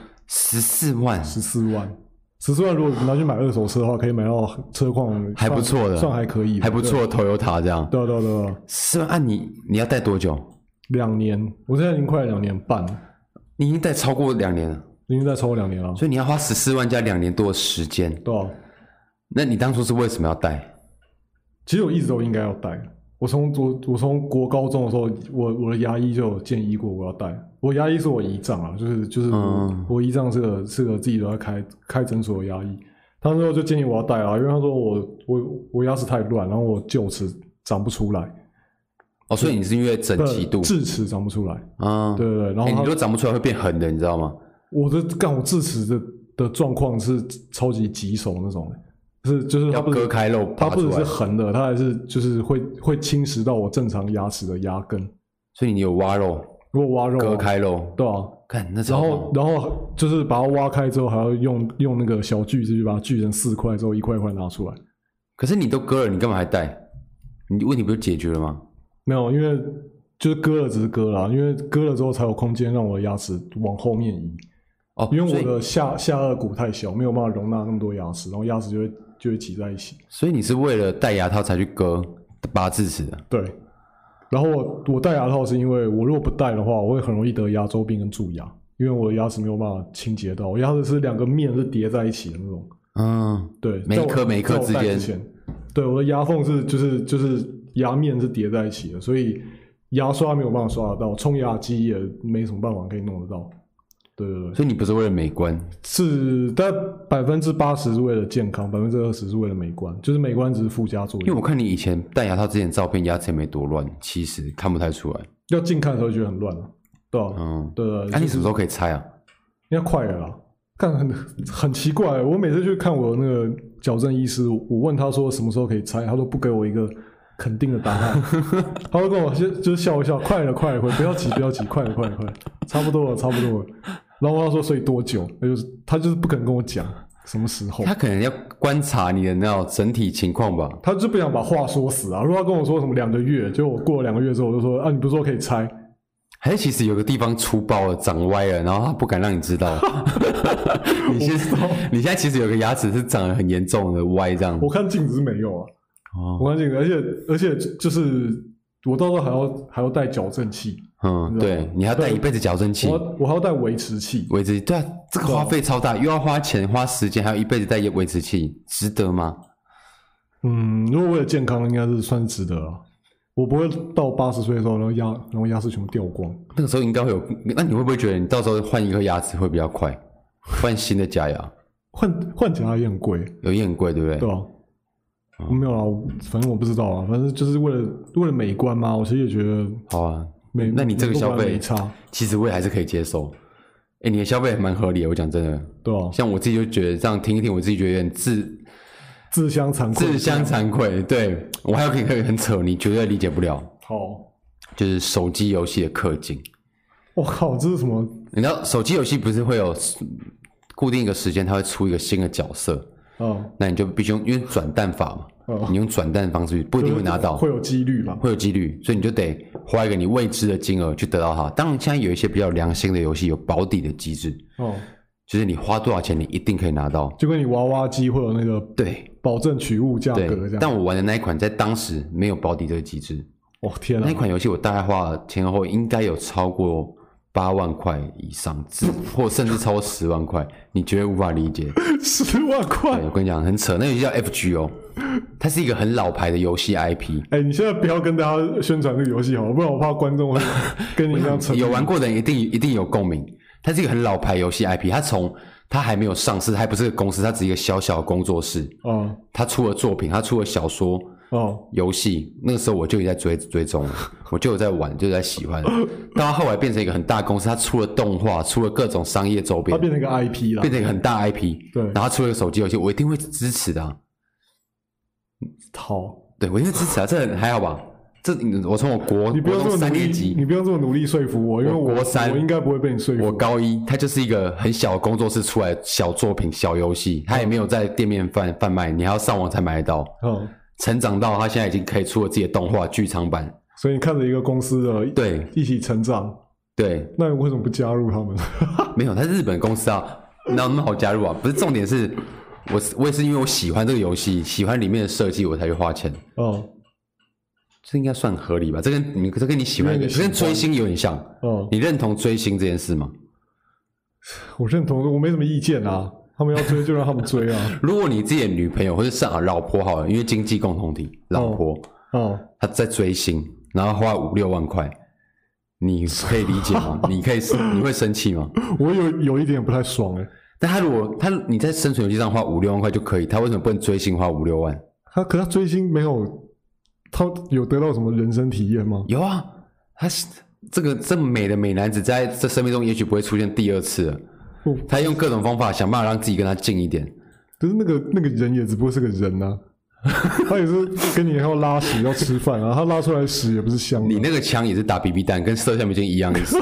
A: 14万
B: ？14万！14万，如果拿去买二手车的话，可以买到车况
A: 还不错的，
B: 算还可以，
A: 还不错的 Toyota 这样。
B: 对。
A: 14万，你要戴多久
B: ？2年，我现在已经快2年半了。
A: 你已经戴超过2年了。
B: 已经在超过2年了。
A: 所以你要花14万加2年多的时间。
B: 对啊。
A: 那你当初是为什么要戴？
B: 其实我一直都应该要戴。我从国高中的时候，我的牙医就有建议过我要戴。我牙医是我姨丈啊，就是我姨丈是个自己都在开诊所的牙医。他那时候就建议我要戴啊，因为他说我牙齿太乱，然后我臼齿长不出来。
A: 哦，所以你是因为整齐度，
B: 智齿长不出来
A: 啊？
B: 对对对，然后
A: 你如果长不出来会变横的，你知道吗？
B: 我智齿的状况是超级棘手那种的，就是
A: 要割开肉，
B: 它不只是横的，它还是就是会侵蚀到我正常牙齿的牙根。
A: 所以你有挖肉，
B: 如果挖肉
A: 割开肉，
B: 对啊，
A: 看那然
B: 后就是把它挖开之后，还要用那个小锯子去把它锯成4块之后，一块一块拿出来。
A: 可是你都割了，你干嘛还戴？你问题不是解决了吗？
B: 没有，因为就是割了只是割了，因为割了之后才有空间让我的牙齿往后面移。哦，因为我的下颚骨太小，没有办法容纳那么多牙齿，然后牙齿就会挤在一起。
A: 所以你是为了戴牙套才去割拔智齿的？
B: 对。然后我戴牙套是因为我如果不戴的话，我会很容易得牙周病跟蛀牙，因为我的牙齿没有办法清洁到，我牙齿是2个面是叠在一起的那种。嗯，对，每一颗之间。对，我的牙缝是就是牙面是叠在一起的，所以牙刷没有办法刷得到，冲牙机也没什么办法可以弄得到。对对对，
A: 所以你不是为了美观，
B: 是大概80%是为了健康，20%是为了美观，就是美观只是附加作用。
A: 因为我看你以前戴牙套之前照片，牙齿也没多乱，其实看不太出来。
B: 要近看的时候觉得很乱了，对啊，对对。
A: 那你什么时候可以拆啊？
B: 应该快了啦。看很奇怪，我每次去看我那个矫正医师，我问他说什么时候可以拆，他都不给我一个肯定的答案，他会跟我就是笑一笑，快了，不要急，快了，差不多了。然后他说所以多久？他就是不肯跟我讲什么时候。
A: 他可能要观察你的那种整体情况吧。
B: 他就不想把话说死啊。如果他跟我说什么2个月，结果我过了2个月之后，我就说啊，你不是说可以拆？
A: 还是其实有个地方出包了，长歪了，然后他不敢让你知道。你现在其实有个牙齿是长得很严重的歪这样。
B: 我看镜子是没有啊。我看镜子，而且就是我到时候还要带矫正器。
A: 对，你还要带一辈子矫正器。
B: 我还要带维持器。
A: 对啊，这个花费超大，又要花钱花时间，还有一辈子带维持器，值得吗？如果为了健康，应该是算是值得啊。我不会到80岁的时候，然后牙齿全部掉光。那个时候应该会有，那你会不会觉得你到时候换一颗牙齿会比较快？换新的假牙？换假牙也很贵，也很贵，对不对？对啊。没有啊，反正我不知道啊，反正就是为了美观嘛。我其实也觉得好啊。那你这个消费其实我也还是可以接受。你的消费蛮合理的，我讲真的。对啊。像我自己就觉得这样听一听，我自己觉得有点自相惭愧。对，我还有可以很扯，你绝对理解不了。好，就是手机游戏的氪金。我靠，这是什么？你知道手机游戏不是会有固定一个时间，它会出一个新的角色。那你就必须因为转蛋法嘛，你用转蛋的方式不一定会拿到，会有几率嘛？会有几率，所以你就得花一个你未知的金额去得到它。当然，现在有一些比较良心的游戏有保底的机制。就是你花多少钱，你一定可以拿到，就跟你娃娃机会有那个对保证取物价格这样。但我玩的那一款在当时没有保底这个机制。哦天啊！那一款游戏我大概花了前后应该有超过8万块以上，或甚至超过10万块，你绝对无法理解。10万块？对，我跟你讲很扯，那游戏叫 FGO， 它是一个很老牌的游戏 IP。你现在不要跟大家宣传这个游戏好了，不然我怕观众会跟你一样沉迷。有玩过的人一定有共鸣。它是一个很老牌游戏 IP， 它还没有上市，它还不是个公司，它只是一个小小的工作室。它出了作品，它出了小说、游戏，那个时候我就已经在追踪了，我就有在玩，就在喜欢。到它后来变成一个很大公司，它出了动画，出了各种商业周边，它变成一个 IP 了，变成一个很大 IP。对，然后它出了一个手机游戏，我一定会支持的。好，对，我一定会支持啊，这还好吧？我从我国中3年级，你不用这么努力说服我，因为我国3，我应该不会被你说服。我高1，它就是一个很小的工作室出来的小作品、小游戏，它也没有在店面贩卖，你还要上网才买得到。成长到它现在已经可以出了自己的动画剧场版，所以你看着一个公司的对一起成长，对，那你为什么不加入他们？没有，它是日本公司啊，哪有那么好加入啊？不是，重点是我也是因为我喜欢这个游戏，喜欢里面的设计，我才去花钱。这应该算合理吧？这跟你喜欢，跟追星有点像。你认同追星这件事吗？
B: 我认同，我没什么意见啊。他们要追就让他们追啊。
A: 如果你自己的女朋友或者老婆好了，因为经济共同体，老婆，她在追星，然后花5-6万块，你可以理解吗？你会生气吗？
B: 我有一点不太爽欸。
A: 但他如果你在生存游戏上花5-6万块就可以，他为什么不能追星花5-6万？
B: 可他追星没有，他有得到什么人生体验吗？
A: 有啊，他这么美的美男子在这生命中也许不会出现第二次了。他用各种方法想办法让自己跟他近一点。
B: 可是那个人也只不过是个人啊，他也是跟你要拉屎要吃饭啊，他拉出来的屎也不是香的。
A: 你那个枪也是打 BB 弹，跟射橡皮筋一样的意思，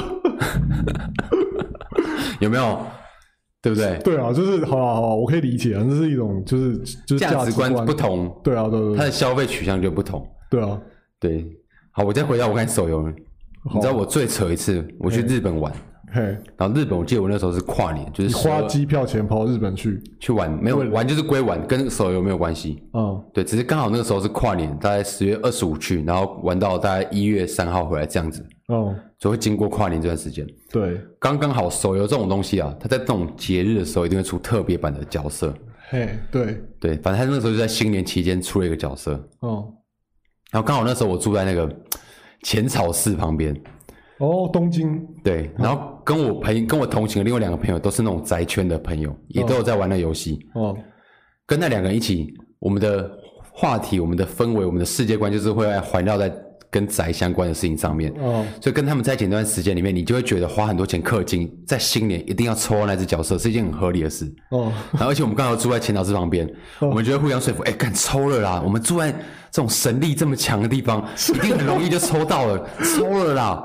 A: 有没有？对不对？
B: 对啊，就是好啊，我可以理解啊，这是一种就是
A: 价值观不同。
B: 对啊，对，
A: 他的消费取向就不同。
B: 对啊，
A: 对。好，我再回到我看手游，你知道我最扯一次，我去日本玩。然后日本我记得我那时候是跨年，就是
B: 你花机票钱跑到日本去
A: 玩，没有玩就是归玩，跟手游没有关系。对，只是刚好那个时候是跨年，大概10月25去，然后玩到大概1月3号回来这样子。所以会经过跨年这段时间。
B: 对，
A: 刚刚好手游这种东西啊，它在这种节日的时候一定会出特别版的角色。
B: 对，
A: 反正他那个时候就在新年期间出了一个角色。然后刚好那时候我住在那个浅草寺旁边。
B: 东京。
A: 对，然后跟我同行的另外2个朋友都是那种宅圈的朋友，也都有在玩那游戏。跟那2个人一起，我们的话题、我们的氛围、我们的世界观就是会环绕在跟宅相关的事情上面。所以跟他们在一起那段时间里面，你就会觉得花很多钱氪金，在新年一定要抽到那只角色是一件很合理的事。然后而且我们刚好住在浅草寺旁边，我们就会互相说服，干抽了啦！我们住在这种神力这么强的地方，一定很容易就抽到了，抽了啦！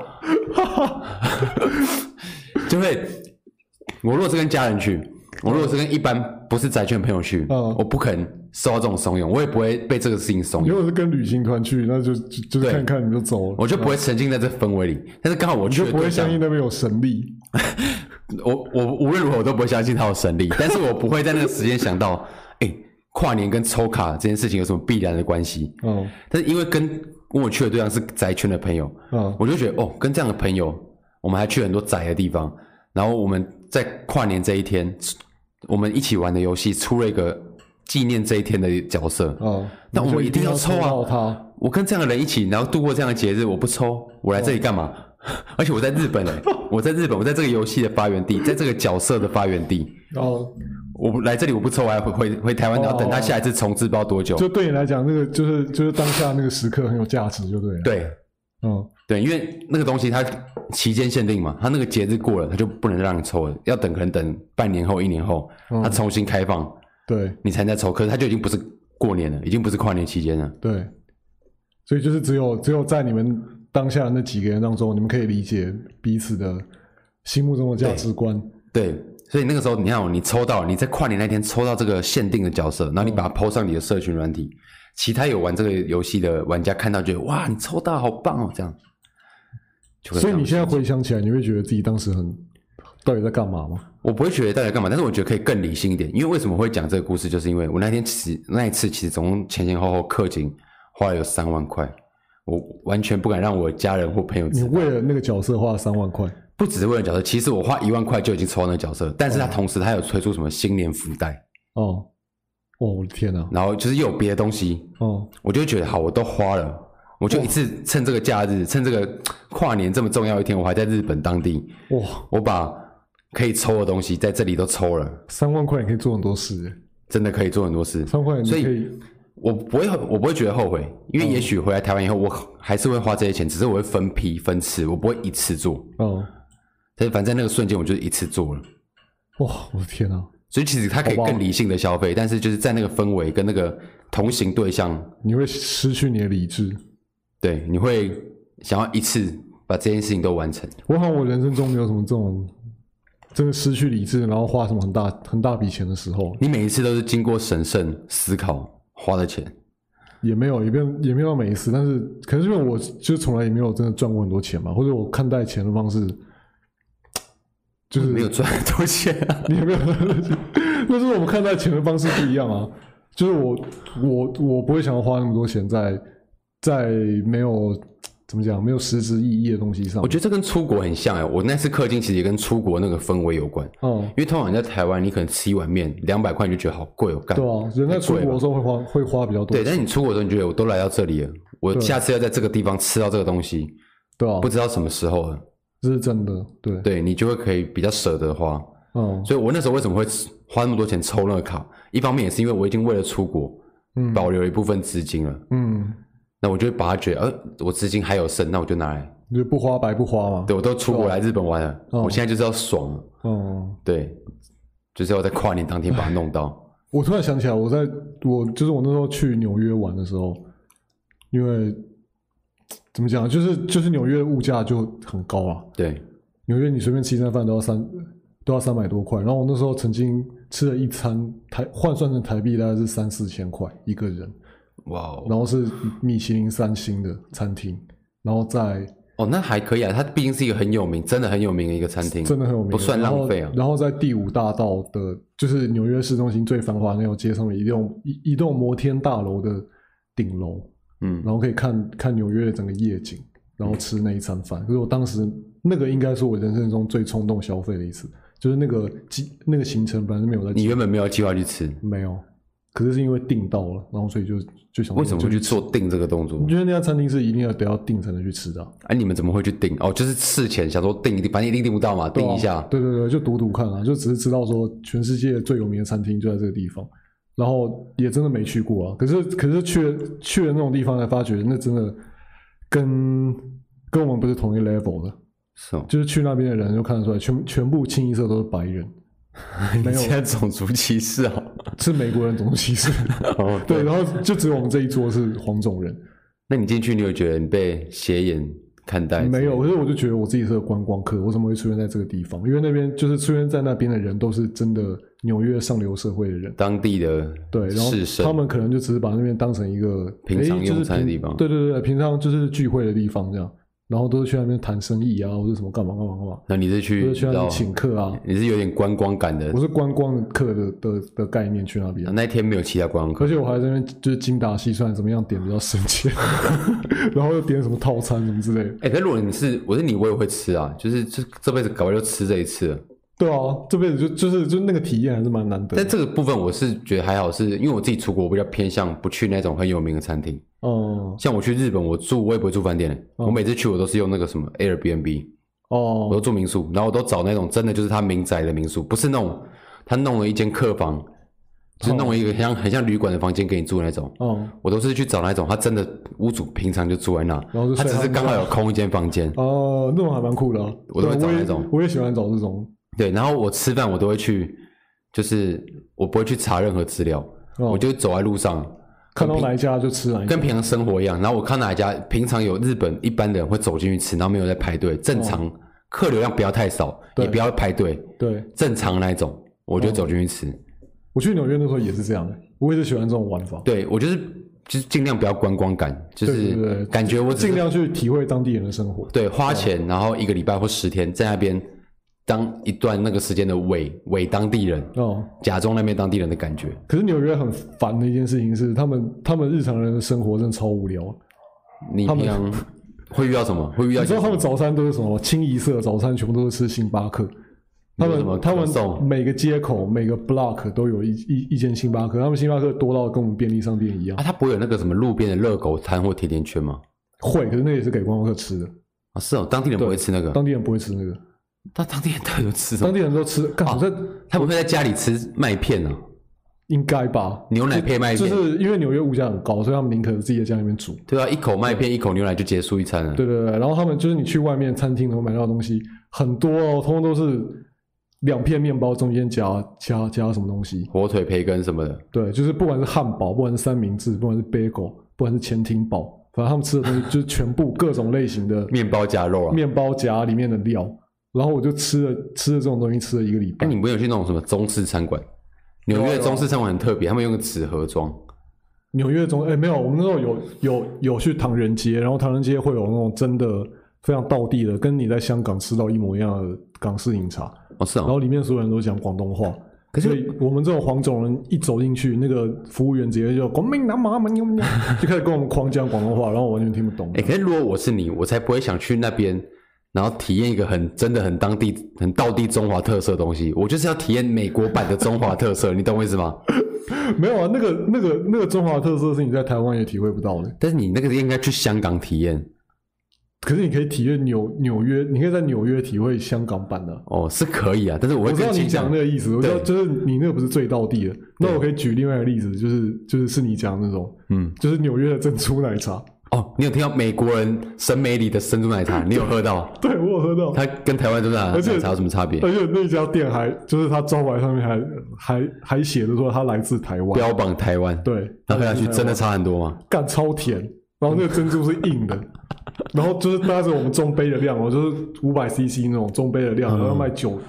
A: 就会，我如果是跟家人去，我如果是跟一般不是宅圈的朋友去，我不可能受到这种怂恿，我也不会被这个事情怂恿。
B: 如果是跟旅行团去，那就看看你就走了，
A: 我就不会沉浸在这氛围里。但是刚好我去，
B: 就不会相信那边有神力。
A: 我无论如何我都不会相信他有神力，但是我不会在那个时间想到，跨年跟抽卡这件事情有什么必然的关系。但是因为跟我去的对象是宅圈的朋友，我就觉得跟这样的朋友，我们还去很多宅的地方，然后我们在跨年这一天，我们一起玩的游戏出了一个纪念这一天的角色。那我们一定要抽啊！我跟这样的人一起，然后度过这样的节日，我不抽，我来这里干嘛？而且我在日本我在日本，我在这个游戏的发源地，在这个角色的发源地。我来这里我不抽，我还回台湾，然后等他下一次重置不知道多久。
B: 就对你来讲，那个就是当下那个时刻很有价值，就对了。
A: 对，对，因为那个东西它期间限定嘛，它那个节日过了，它就不能让你抽了，要可能等半年后、1年后，它重新开放，
B: 对，
A: 你才能再抽。可是它就已经不是过年了，已经不是跨年期间了。
B: 对，所以就是只有在你们当下的那几个人当中，你们可以理解彼此的心目中的价值观。
A: 对，所以那个时候你看你抽到，你在跨年那天抽到这个限定的角色，然后你把它 po 上你的社群软体，其他有玩这个游戏的玩家看到觉得哇，你抽到好棒哦，这样。
B: 所以你现在回想起来，你会觉得自己当时到底在干嘛吗？
A: 我不会觉得到底在干嘛，但是我觉得可以更理性一点。因为为什么会讲这个故事，就是因为我那一次其实总共前后氪金花了有3万块，我完全不敢让我家人或朋友知道。
B: 你为了那个角色花了3万块？
A: 不只是为了角色，其实我花1万块就已经抽到那个角色，但是他同时他有推出什么新年福袋。
B: 我的天啊！
A: 然后就是又有别的东西。我就觉得好，我都花了。我就一次趁这个假日，趁这个跨年这么重要一天，我还在日本当地，我把可以抽的东西在这里都抽了。
B: 3万块你可以做很多事，
A: 真的可以做很多事。
B: 3万块你可以，
A: 所以我不会觉得后悔，因为也许回来台湾以后，我还是会花这些钱，只是我会分批分次，我不会一次做。但是反正那个瞬间我就一次做了。
B: 我的天啊！
A: 所以其实它可以更理性的消费，但是就是在那个氛围跟那个同行对象，
B: 你会失去你的理智。
A: 对，你会想要一次把这件事情都完成。
B: 我好像我人生中没有什么这种真的失去理智，然后花什么很大笔钱的时候。
A: 你每一次都是经过审慎思考花的钱？
B: 也没有到每一次，但是可能是因为我就从来也没有真的赚过很多钱嘛，或者我看待钱的方式就是
A: 没有赚很多钱啊。
B: 你有没有？那是我们看待钱的方式不一样啊。就是我不会想要花那么多钱在没有怎么讲，没有实质意义的东西上。
A: 我觉得这跟出国很像我那次氪金其实也跟出国那个氛围有关。因为通常你在台湾，你可能吃一碗面200块你就觉得好贵干。
B: 对啊，人在出国的时候会花比较多。
A: 对，但是你出国的时候你觉得我都来到这里了，我下次要在这个地方吃到这个东西，
B: 对啊，
A: 不知道什么时候了。
B: 这是真的。
A: 对，你就会可以比较舍得花。所以我那时候为什么会花那么多钱抽那个卡，一方面也是因为我已经为了出国保留一部分资金了。那我就会把它觉得我资金还有剩，那我就拿来，
B: 就不花白不花嘛。
A: 对，我都出国来日本玩了，我现在就是要爽了。对，就是要在跨年当天把它弄到。
B: 我突然想起来，我那时候去纽约玩的时候，因为怎么讲，就是纽约的物价就很高啊。
A: 对，
B: 纽约你随便吃一餐饭都要300多块，然后我那时候曾经吃了一餐换算成台币大概是3-4千块一个人。
A: 哇！
B: 然后是米其林3星的餐厅，然后在
A: 那还可以啊，它毕竟是一个真的很有名的一个餐厅，
B: 真的很有名，
A: 不算浪费啊。
B: 然后在第5大道的，就是纽约市中心最繁华那条街上面，一栋摩天大楼的顶楼，然后可以看纽约的整个夜景，然后吃那一餐饭。可是我当时那个应该是我人生中最冲动消费的一次，就是那个行程本来是没有在，
A: 你原本没有计划去吃，
B: 没有。可是因为订到了，然后所以就想
A: 为什么会去做订这个动作？
B: 因为那家餐厅是一定得要订才能去吃的。
A: 你们怎么会去订？就是事前想说订，反正一定订不到嘛，订一下。
B: 对，就赌看啊，就只是知道说全世界最有名的餐厅就在这个地方，然后也真的没去过啊。可是去了那种地方才发觉，那真的跟我们不是同一 level 的。
A: 是
B: 就是去那边的人就看得出来，全部清一色都是白人。
A: 你现在种族歧视
B: 是美国人种族歧视。对，然后就只有我们这一桌是黄种人。
A: 那你进去，你有觉得你被斜眼看待？
B: 没有，可是我就觉得我自己是个观光客，我怎么会出现在这个地方？因为那边就是出现在那边的人都是真的纽约上流社会的人，
A: 当地的
B: 对，然后他们可能就只是把那边当成一个
A: 平常用餐的地方。
B: 对，平常就是聚会的地方这样。然后都是去那边谈生意啊，或者什么干嘛。
A: 那你是去
B: 那边请客啊？
A: 你是有点观光感的。
B: 我是观光客的概念去那边。
A: 那一天没有其他观光客，
B: 而且我还在那边就是精打细算，怎么样点比较省钱，然后又点什么套餐什么之类的。
A: 可是如果我是你，我也会吃啊，就是这辈子搞完就吃这一次了。
B: 对啊，这辈子就那个体验还是蛮难得的。
A: 但这个部分我是觉得还好，是因为我自己出国，我比较偏向不去那种很有名的餐厅。像我去日本，我也不会住饭店我每次去我都是用那个什么 Airbnb。我都住民宿，然后我都找那种真的就是他民宅的民宿，不是那种他弄了一间客房，就是弄了一个很像旅馆的房间给你住那种。我都是去找那种他真的屋主平常就住在那，他只是刚好有空一间房间。
B: 那种还蛮酷的。
A: 我都会找那种，
B: 我也喜欢找这种。
A: 对，然后我吃饭我都会去，就是我不会去查任何资料，我就走在路上
B: 看到哪一家就吃哪一家，
A: 跟平常生活一样。然后我看哪一家平常有日本一般人会走进去吃，然后没有在排队，正常客流量不要太少，也不要排队，
B: 对，
A: 正常那一种，我就走进去吃。
B: 我去纽约那时候也是这样的，我也是喜欢这种玩法。
A: 对，我就是尽量不要观光感，就是感觉我
B: 尽量去体会当地人的生活。
A: 对，花钱，然后1个礼拜或10天在那边。当一段那个时间的伪当地人假装那边当地人的感觉。
B: 可是纽约很烦的一件事情是，他们日常人的生活真的超无聊。
A: 你平常会遇到什么？会遇到？
B: 你知道他们早餐都是什么？清一色早餐全部都是吃星巴克。他们每个街口每个 block 都有一间星巴克，他们星巴克多到跟我们便利商店一样。
A: 他不会有那个什么路边的热狗摊或甜甜圈吗？
B: 会，可是那也是给观光客吃的。
A: 是当地人不会吃那个。
B: 当地人不会吃那个。
A: 当地人到底有吃什么？
B: 当地人都吃，
A: 他不会在家里吃麦片啊？
B: 应该吧，
A: 牛奶配麦片，
B: 就是因为纽约物价很高，所以他们宁可自己在家里面煮。
A: 对啊，一口麦片一口牛奶就结束一餐了。
B: 对，然后他们就是你去外面餐厅能买到的东西很多通通都是2片面包中间加什么东西，
A: 火腿培根什么的。对，
B: 就是不管是汉堡，不管是三明治，不管是 bagel， 不管是潜艇堡，反正他们吃的东西就是全部各种类型的
A: 面包夹肉啊，
B: 面包夹里面的料。然后我就吃了这种东西，吃了1个礼拜。
A: 你没有去那种什么中式餐馆？纽约的中式餐馆很特别，他们用个纸盒装。
B: 纽约没有，我们那时候有去唐人街，然后唐人街会有那种真的非常道地的，跟你在香港吃到一模一样的港式饮茶。
A: 是啊。
B: 然后里面所有人都讲广东话， 可是我们这种黄种人一走进去，那个服务员直接就国民党马门就开始跟我们狂讲广东话，然后我完全听不懂。
A: 可是如果我是你，我才不会想去那边，然后体验一个真的很当地、很道地中华特色的东西。我就是要体验美国版的中华特色，你懂我意思吗？
B: 没有啊，那个中华特色是你在台湾也体会不到的。
A: 但是你那个应该去香港体验。
B: 可是你可以体验纽约，你可以在纽约体会香港版的。
A: 是可以啊，但是我
B: 知道你讲那个意思，我知道就是你那个不是最道地的。那我可以举另外一个例子，就是你讲那种，就是纽约的珍珠奶茶。
A: 你有听到美国人审美里的珍珠奶茶？你有喝到？
B: 对，我有喝到。
A: 它跟台湾珍珠奶茶有什么差别？
B: 而且那家店就是它招牌上面还写着说它来自台湾，
A: 标榜台湾。
B: 对，
A: 那喝下去真的差很多吗？
B: 干超甜，然后那个珍珠是硬的。然后就是大概是我们中杯的量，就是500cc 那种中杯的量，然后要卖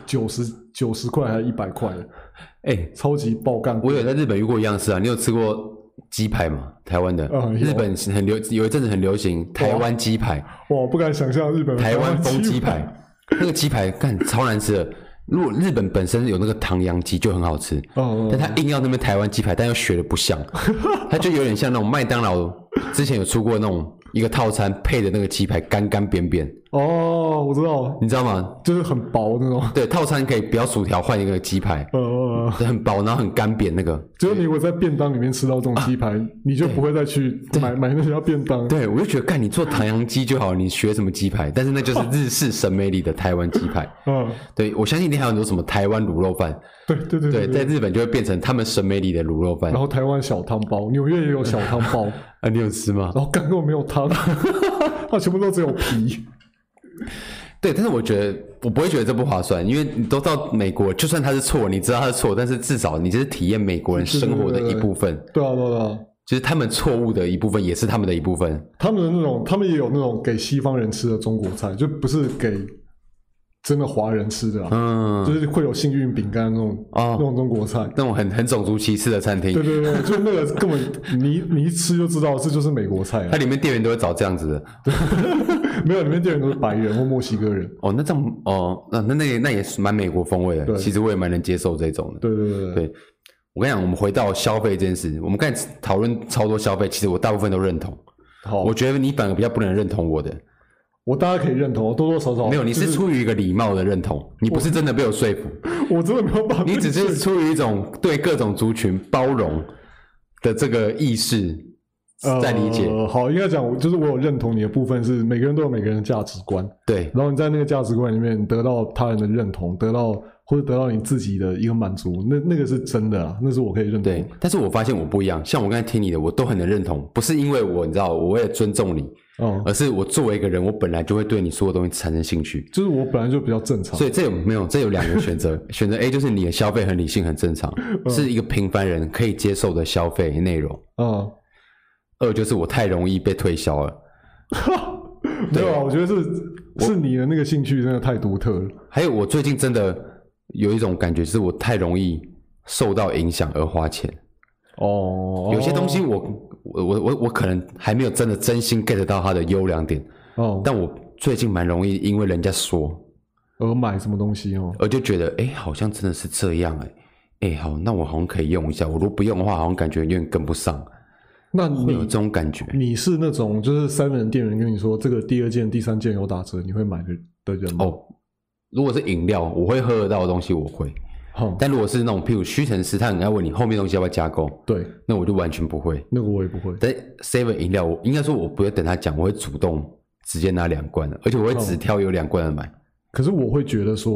B: 90块还是100块的，超级爆干。
A: 我有在日本遇过一样事啊，你有吃过鸡排吗？台湾的，日本有一阵子很流行台湾鸡排，
B: 哇，不敢想象日本
A: 台湾风鸡排，那个鸡排干超难吃的。如果日本本身有那个唐扬鸡就很好吃，但他硬要那边台湾鸡排，但又学的不像，它就有点像那种麦当劳之前有出过那种一个套餐配的那个鸡排干干扁扁。
B: 我知道，
A: 你知道吗？
B: 就是很薄那种。
A: 对，套餐可以不要薯条换一个鸡排，很薄，然后很干扁那个。
B: 只有你我在便当里面吃到这种鸡排，你就不会再去买那家便当。
A: 对，我就觉得干你做唐扬鸡就好，你学什么鸡排？但是那就是日式审美里的台湾鸡排。对，我相信一定还有很多什么台湾卤肉饭。对，在日本就会变成他们审美里的卤肉饭。
B: 然后台湾小汤包，纽约也有小汤包
A: 你有吃吗？
B: 然后根本没有汤，它全部都只有皮。
A: 对，但是我觉得我不会觉得这不划算，因为你都到美国，就算他是错，你知道他是错，但是至少你就是体验美国人生活的一部分。
B: 对啊，
A: 就是他们错误的一部分，也是他们的一部分。
B: 他们也有那种给西方人吃的中国菜，就不是给真的华人吃的就是会有幸运饼干那种中国菜，
A: 那种很种族歧视的餐厅。
B: 对，就那个根本你一吃就知道这就是美国菜。
A: 它里面店员都会找这样子的。
B: 没有，里面店员都是白人或墨西哥人。
A: 那这样那也是蛮美国风味的。其实我也蛮能接受这种的。对，我跟你讲，我们回到消费这件事，我们刚才讨论超多消费，其实我大部分都认同。我觉得你反而比较不能认同我的。
B: 我大家可以认同，多多少少
A: 没有，你是出于一个礼貌的认同，你不是真的被我说服。
B: 我真的没有办法，
A: 你只是出于一种对各种族群包容的这个意识在理解。
B: 好，应该讲就是我有认同你的部分是每个人都有每个人的价值观，
A: 对，
B: 然后你在那个价值观里面得到他人的认同，或者得到你自己的一个满足，那个是真的啊，那是我可以认同。
A: 对，但是我发现我不一样，像我刚才听你的，我都很能认同，不是因为你知道我为了尊重你，而是我作为一个人，我本来就会对你所有东西产生兴趣，
B: 就是我本来就比较正常。
A: 所以这有两个选择，选择 A 就是你的消费很理性很正常，是一个平凡人可以接受的消费内容。2就是我太容易被推销了。
B: 没有啊，我觉得是你的那个兴趣真的太独特了。
A: 还有我最近真的有一种感觉，是我太容易受到影响而花钱。有些东西我可能还没有真心 get 到它的优良点。但我最近蛮容易因为人家说
B: 而买什么东西
A: 而就觉得好像真的是这样好，那我好像可以用一下。我如果不用的话，好像感觉有点跟不上。
B: 那你
A: 会有这种感觉？你
B: 是那种就是 7 店员跟你说这个第2件、第3件有打折，你会买的人吗？
A: 如果是饮料，我会喝得到的东西，我会。但如果是那种譬如屈臣氏，他很爱问你后面东西要不要加购，
B: 对，
A: 那我就完全不会。
B: 那个我也不会。
A: 但 7 饮料，应该说我不会等他讲，我会主动直接拿2罐的，而且我会只挑有2罐的买。
B: 可是我会觉得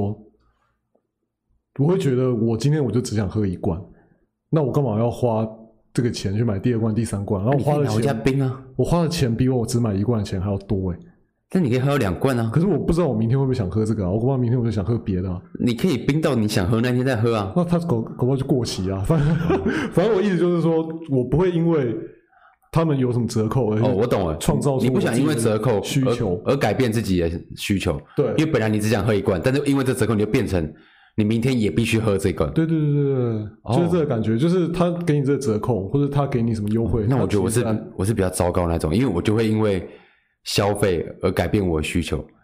B: 我今天我就只想喝1罐，那我干嘛要花这个钱去买第2罐、第3罐？然后我花的钱，
A: 加冰啊！
B: 我花的钱比我只买1罐的钱还要多
A: 但你可以喝2罐啊！
B: 可是我不知道我明天会不会想喝这个啊！我恐怕明天我就想喝别的啊！
A: 你可以冰到你想喝那天再喝啊！
B: 那它搞不好就过期啊！反正我意思就是说，我不会因为他们有什么折扣而
A: 我懂了，
B: 创造出
A: 你不想因为折扣
B: 需求
A: 而改变自己的需求。
B: 对，
A: 因为本来你只想喝1罐，但是因为这折扣，你就变成你明天也必须喝这个。
B: 对，就是这个感觉，就是他给你这个折扣，或者他给你什么优惠。
A: 那我觉得我是比较糟糕那种，因为我就会因为消费而改变我的需求，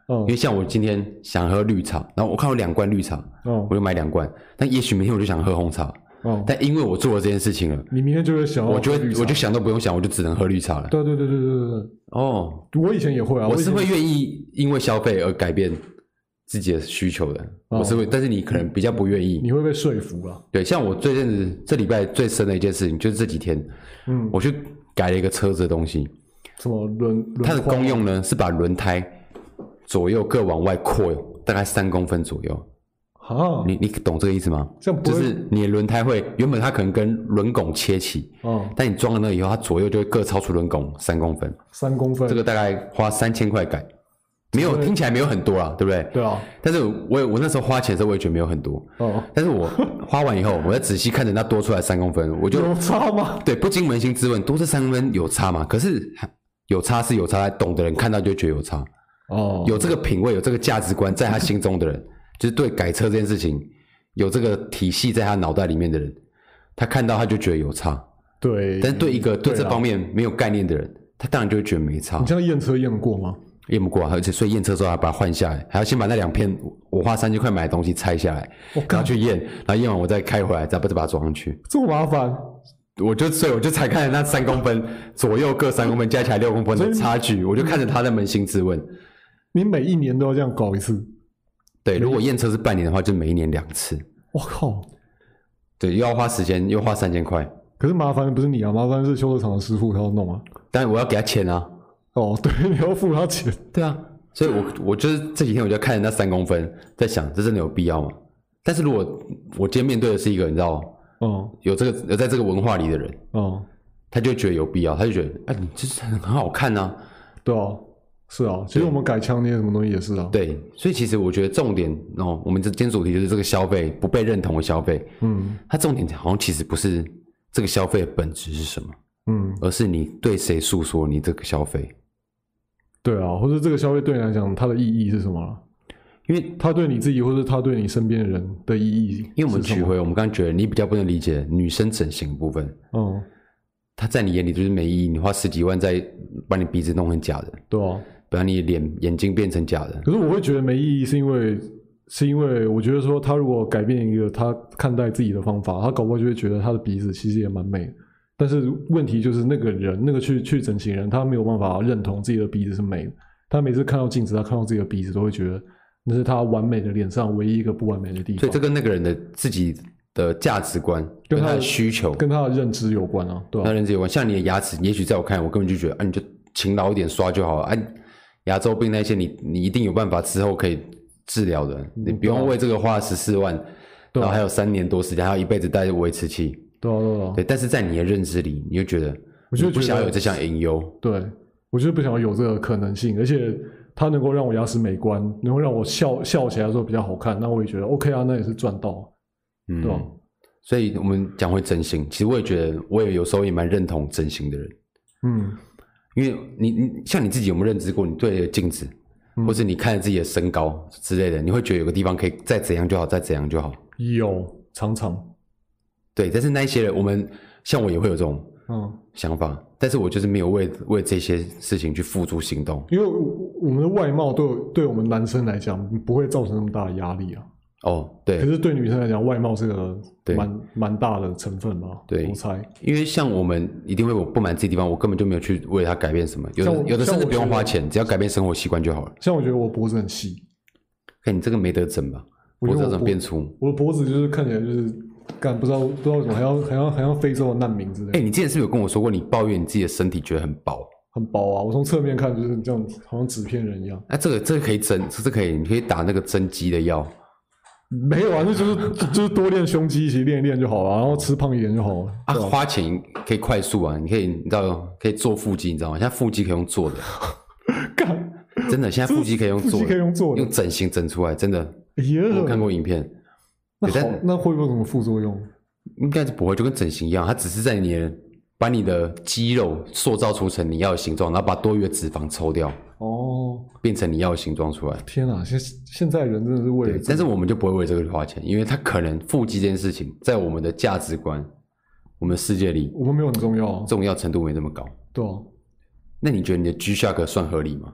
A: 因为像我今天想喝绿茶，然后我看到2罐绿茶，我就买2罐。但也许明天我就想喝红茶，但因为我做了这件事情了，
B: 你明天就会想要，我
A: 就想都不用想，我就只能喝绿茶了。
B: 对。我以前也会啊，
A: 我是会愿意因为消费而改变自己的需求的，我是会，但是你可能比较不愿意，
B: 你会被说服了。
A: 对，像我这礼拜最深的一件事情，就是这几天，我去改了一个车子的东西。
B: 什么
A: 它的功用呢，是把轮胎左右各往外扩大概3公分左右。你懂这个意思吗？就是你的轮胎会原本它可能跟轮拱切齐，但你装了那个以后，它左右就会各超出轮拱3公分。
B: 3公分，
A: 这个大概花3000块改，没有听起来没有很多啦，对不对？
B: 对啊。
A: 但是我那时候花钱的时候，我也觉得没有很多。但是我花完以后，我再仔细看着那多出来3公分，我就
B: 有差吗？
A: 对，不禁扪心自问，多这3公分有差吗？可是有差是有差，懂的人看到就觉得有差。有这个品味，有这个价值观在他心中的人，就是对改车这件事情有这个体系在他脑袋里面的人，他看到他就觉得有差。
B: 对。
A: 但是对一个对这方面没有概念的人，他当然就会觉得没差。
B: 你这样验车验过吗？
A: 验不过，而且所以验车之后还把它换下来，还要先把那2片我花3000块买的东西拆下来，然后去验，然后验完我再开回来，再把它装上去。
B: 这么麻烦？
A: 所以我就才看着那3公分左右各3公分，加起来6公分的差距，我就看着他在扪心自问。
B: 你每1年都要这样搞一次？
A: 对，如果验车是半年的话，就每1年2次。
B: 我靠！
A: 对，又要花时间，又花3000块。
B: 可是麻烦的不是你啊，麻烦是修车厂的师傅他要弄啊。
A: 但我要给他钱啊。
B: 对，你要付他钱。
A: 对啊，所以我就是这几天我就看着那3公分，在想这真的有必要吗？但是如果我今天面对的是一个你知道，有在这个文化里的人，他就觉得有必要，他就觉得你这是很好看啊。
B: 对啊，是啊，其实我们改枪那些什么东西也是啊。
A: 对，所以其实我觉得重点我们今天主题就是这个消费不被认同的消费，它重点好像其实不是这个消费的本质是什么，而是你对谁诉说你这个消费。
B: 对啊，或者这个消费对你来讲它的意义是什么啦？因为他对你自己或者他对你身边的人的意义，
A: 因为我们取回我们刚刚觉得你比较不能理解女生整形的部分，他在你眼里就是没意义，你花10几万在把你鼻子弄成假的，
B: 对啊，
A: 把你眼睛变成假的。
B: 可是我会觉得没意义，是因为我觉得说他如果改变一个他看待自己的方法，他搞不好就会觉得他的鼻子其实也蛮美的。但是问题就是那个人那个去整形人，他没有办法认同自己的鼻子是美的。他每次看到镜子，他看到自己的鼻子都会觉得那是他完美的脸上唯一一个不完美的地方。
A: 所以这跟那个人的自己的价值观跟他的需求
B: 跟他的认知有关啊，对吧？
A: 他的认知有关。像你的牙齿，也许在我看来，我根本就觉得你就勤劳一点刷就好了。牙周病那些你一定有办法之后可以治疗的，你不用为这个花14万，然后还有3年多时间，还有一辈子戴维持器。
B: 对，
A: 但是在你的认知里，你就觉得你不想要有这项隐忧。
B: 对，我就是不想要有这个可能性，而且它能够让我牙齿美观，能够让我笑起来的时候比较好看，那我也觉得 OK 啊，那也是赚到，对吧？
A: 所以我们讲回整形，其实我也觉得，我也有时候也蛮认同整形的人，因为你像你自己有没有认知过，你对着镜子，或是你看着自己的身高之类的，你会觉得有个地方可以再怎样就好，再怎样就好。
B: 有常常。
A: 对，但是那一些人，像我也会有这种想法，但是我就是没有为这些事情去付诸行动，
B: 因为我们的外貌对我们男生来讲不会造成那么大的压力啊。
A: 对。
B: 可是对女生来讲，外貌是个蛮大的成分吧？
A: 对，
B: 我猜。
A: 因为像我们一定会有不满自己的地方，我根本就没有去为他改变什么，有的甚至不用花钱，只要改变生活习惯就好了。
B: 像我觉得我脖子很细，
A: 看你这个没得整吧？脖子怎么变粗？
B: 我的脖子就是看起来就是。不知道为什么还像非洲的难民之类的。
A: 你之前是不是有跟我说过，你抱怨你自己的身体觉得很薄？
B: 很薄啊！我从侧面看就是这样，好像纸片人一样。
A: 这个可以整，这可以，你可以打那个增肌的药。
B: 没有啊，那就是多练胸肌，一起练一练就好了，然后吃胖一点就好了。
A: 花钱可以快速啊，你知道可以做腹肌，你知道吗？现在腹肌可以用做的。
B: 干，
A: 真的，现在腹肌可以用做的，
B: 腹肌可以用做的，
A: 用整形整出来，真的。我看过影片。
B: 那会不会有什么副作用？
A: 应该是不会，就跟整形一样，它只是在把你的肌肉塑造出成你要的形状，然后把多余的脂肪抽掉，变成你要的形状出来。
B: 天啊，现在人真的是为了，
A: 但是我们就不会为这个花钱，因为它可能腹肌这件事情，在我们的价值观、我们的世界里，
B: 我们没有很重要，
A: 重要程度没这么高。
B: 对啊。
A: 那你觉得你的 G-Shock 算合理吗？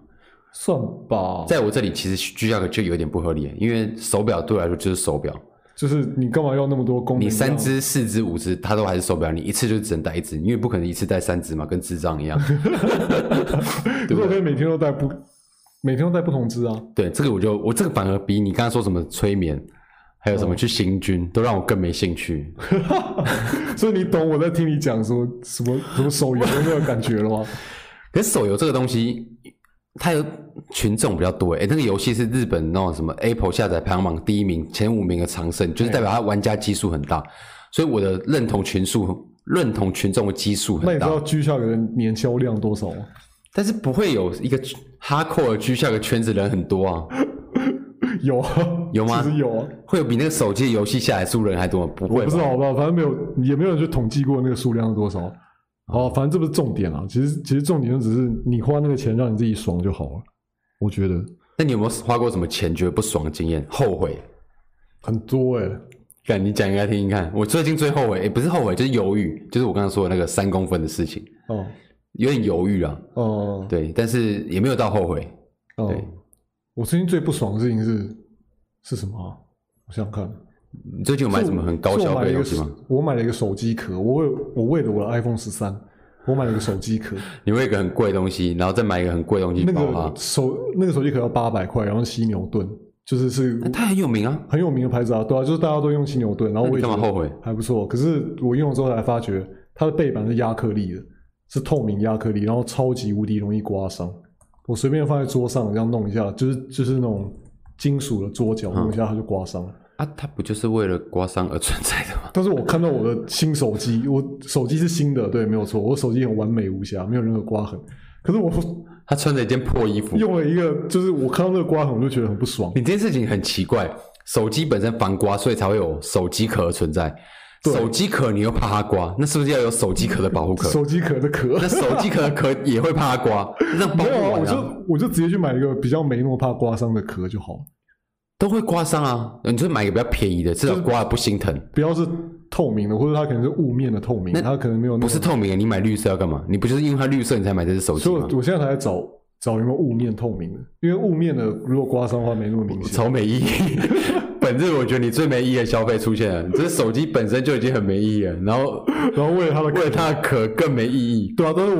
B: 算吧。
A: 在我这里，其实居价格就有点不合理，因为手表对我来说就是手表。
B: 就是你干嘛要那么多功能？
A: 你3只、4只、5只，它都还是手表，你一次就只能戴1只，因为不可能一次戴3只嘛，跟智障一样。
B: 可是我可以每天都戴不同只啊。
A: 对，这个我这个反而比你刚才说什么催眠，还有什么去行军，都让我更没兴趣。
B: 所以你懂我在听你讲说什么手游的那个感觉了吗？
A: 可是手游这个东西，它有群众比较多那个游戏是日本那种什么 Apple 下载排行榜第1名、前5名的常胜，就是代表它玩家基数很大，所以我的认同群众的基数很大。
B: 那你知道居下的年销量多少吗？
A: 但是不会有一个hardcore 的居下的圈子人很多啊。
B: 有啊，
A: 有吗？
B: 其实有啊，
A: 会有比那个手机的游戏下载数人还多吗？不会吧，
B: 我不知道，反正也没有人去统计过那个数量是多少。反正这不是重点啊，其实重点就只是你花那个钱让你自己爽就好了，我觉得。
A: 那你有没有花过什么钱觉得不爽的经验？后悔？
B: 很多
A: 干，你讲应该听听看。我最近最后悔，不是后悔，就是犹豫，就是我刚刚说的那个3公分的事情。有点犹豫啊。对，但是也没有到后悔。对，
B: 我最近最不爽的事情是什么啊？我想想看。
A: 你最近有买什么很高消费的东西吗？
B: 我买了一个手机壳，我为了我的 iPhone 13，我买了一个手机壳。
A: 你为一个很贵的东西，然后再买一个很贵的东西包它。
B: 那个手机壳要800块，然后犀牛盾，是
A: 它很有名啊，
B: 很有名的牌子啊，对啊，就是大家都用犀牛盾，然后我也
A: 干嘛后悔？
B: 还不错，可是我用了之后才发觉，它的背板是亚克力的，是透明亚克力，然后超级无敌容易刮伤。我随便放在桌上这样弄一下，就是那种金属的桌角，弄一下它就刮伤了。
A: 它不就是为了刮伤而存在的吗？
B: 但是我看到我的新手机，我手机是新的，对，没有错，我手机很完美无瑕，没有任何刮痕。可是
A: 他穿着一件破衣服，
B: 用了一个，就是我看到那个刮痕，我就觉得很不爽。
A: 你这件事情很奇怪，手机本身防刮，所以才会有手机壳的存在。手机壳你又怕它刮，那是不是要有手机壳的保护壳？
B: 手机壳的壳，
A: 那手机壳的壳也会怕它刮，那保护完
B: 我就直接去买一个比较没那么怕刮伤的壳就好了。
A: 都会刮伤啊，你就买一个比较便宜的，至少刮了不心疼。
B: 不要是透明的，或者它可能是雾面的透明，它可能没有
A: 不是透明的，你买绿色要干嘛？你不就是因为它绿色你才买这只手机吗？
B: 所以我现在才在找有没有雾面透明的，因为雾面的如果刮伤的话没那么明显，
A: 超没意义。本日我觉得你最没意义的消费出现了，这手机本身就已经很没意义了，然后
B: 为了
A: 它的壳更没意义。
B: 对啊，但是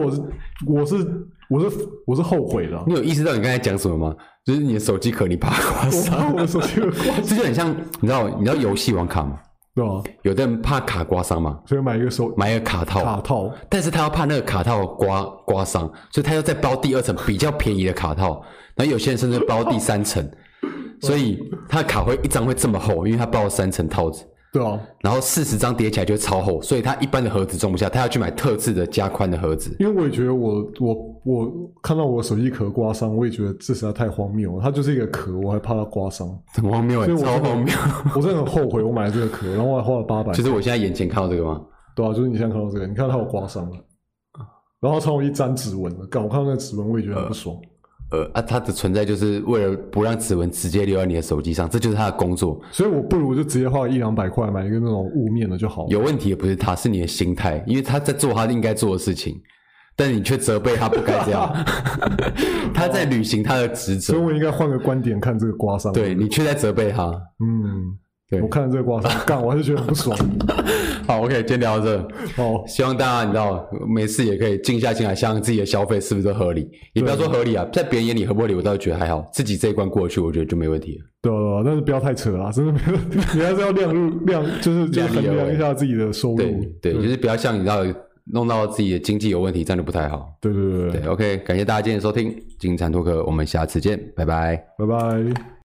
B: 我是后悔了。
A: 你有意识到你刚才讲什么吗？就是你的手机壳你怕刮伤，
B: 我的手机壳刮伤，
A: 这就很像你知道游戏王卡吗？
B: 对啊，
A: 有的人怕卡刮伤嘛，
B: 所以买一个卡套，
A: 但是他要怕那个卡套刮伤，所以他要再包第2层比较便宜的卡套，然后有些人甚至包第3层，所以他的卡会一张会这么厚，因为他包了3层套子。
B: 对啊，
A: 然后40张叠起来就会超厚，所以他一般的盒子装不下，他要去买特制的加宽的盒子。
B: 因为我也觉得我看到我手机壳刮伤，我也觉得这实在太荒谬了。它就是一个壳，我还怕它刮伤，
A: 很荒谬超荒谬。
B: 我真的很后悔我买了这个壳，然后我还花了800。
A: 就是我现在眼前看到这个吗？
B: 对啊，就是你现在看到这个，你看它有刮伤了，然后它超容易沾指纹了。我看到那个指纹，我也觉得很不爽。
A: 它的存在就是为了不让指纹直接留在你的手机上，这就是它的工作。
B: 所以我不如就直接花100-200块买一个那种雾面的就好了。
A: 有问题也不是它，是你的心态，因为他在做他应该做的事情，但你却责备他不该这样。他在履行他的职责，
B: 所以我应该换个观点看这个刮伤。
A: 对，你却在责备他。
B: 对，我看了这个刮伤，干，我还是觉得很不爽。
A: 好 ，OK， 今天聊到这。好，希望大家你知道，没事也可以静下心来想想自己的消费是不是合理，也不要说合理啊，在别人眼里合不合理，我倒是觉得还好，自己这一关过去，我觉得就没问题了。
B: 对，但是不要太扯啦，真的没有，你还是要就是衡量一下自己的收入。
A: 对，就是不要像你知道弄到自己的经济有问题，这样就不太好。
B: 对
A: ，OK， 感谢大家今天的收听，金蝉脱壳，我们下次见，拜拜，
B: 拜拜。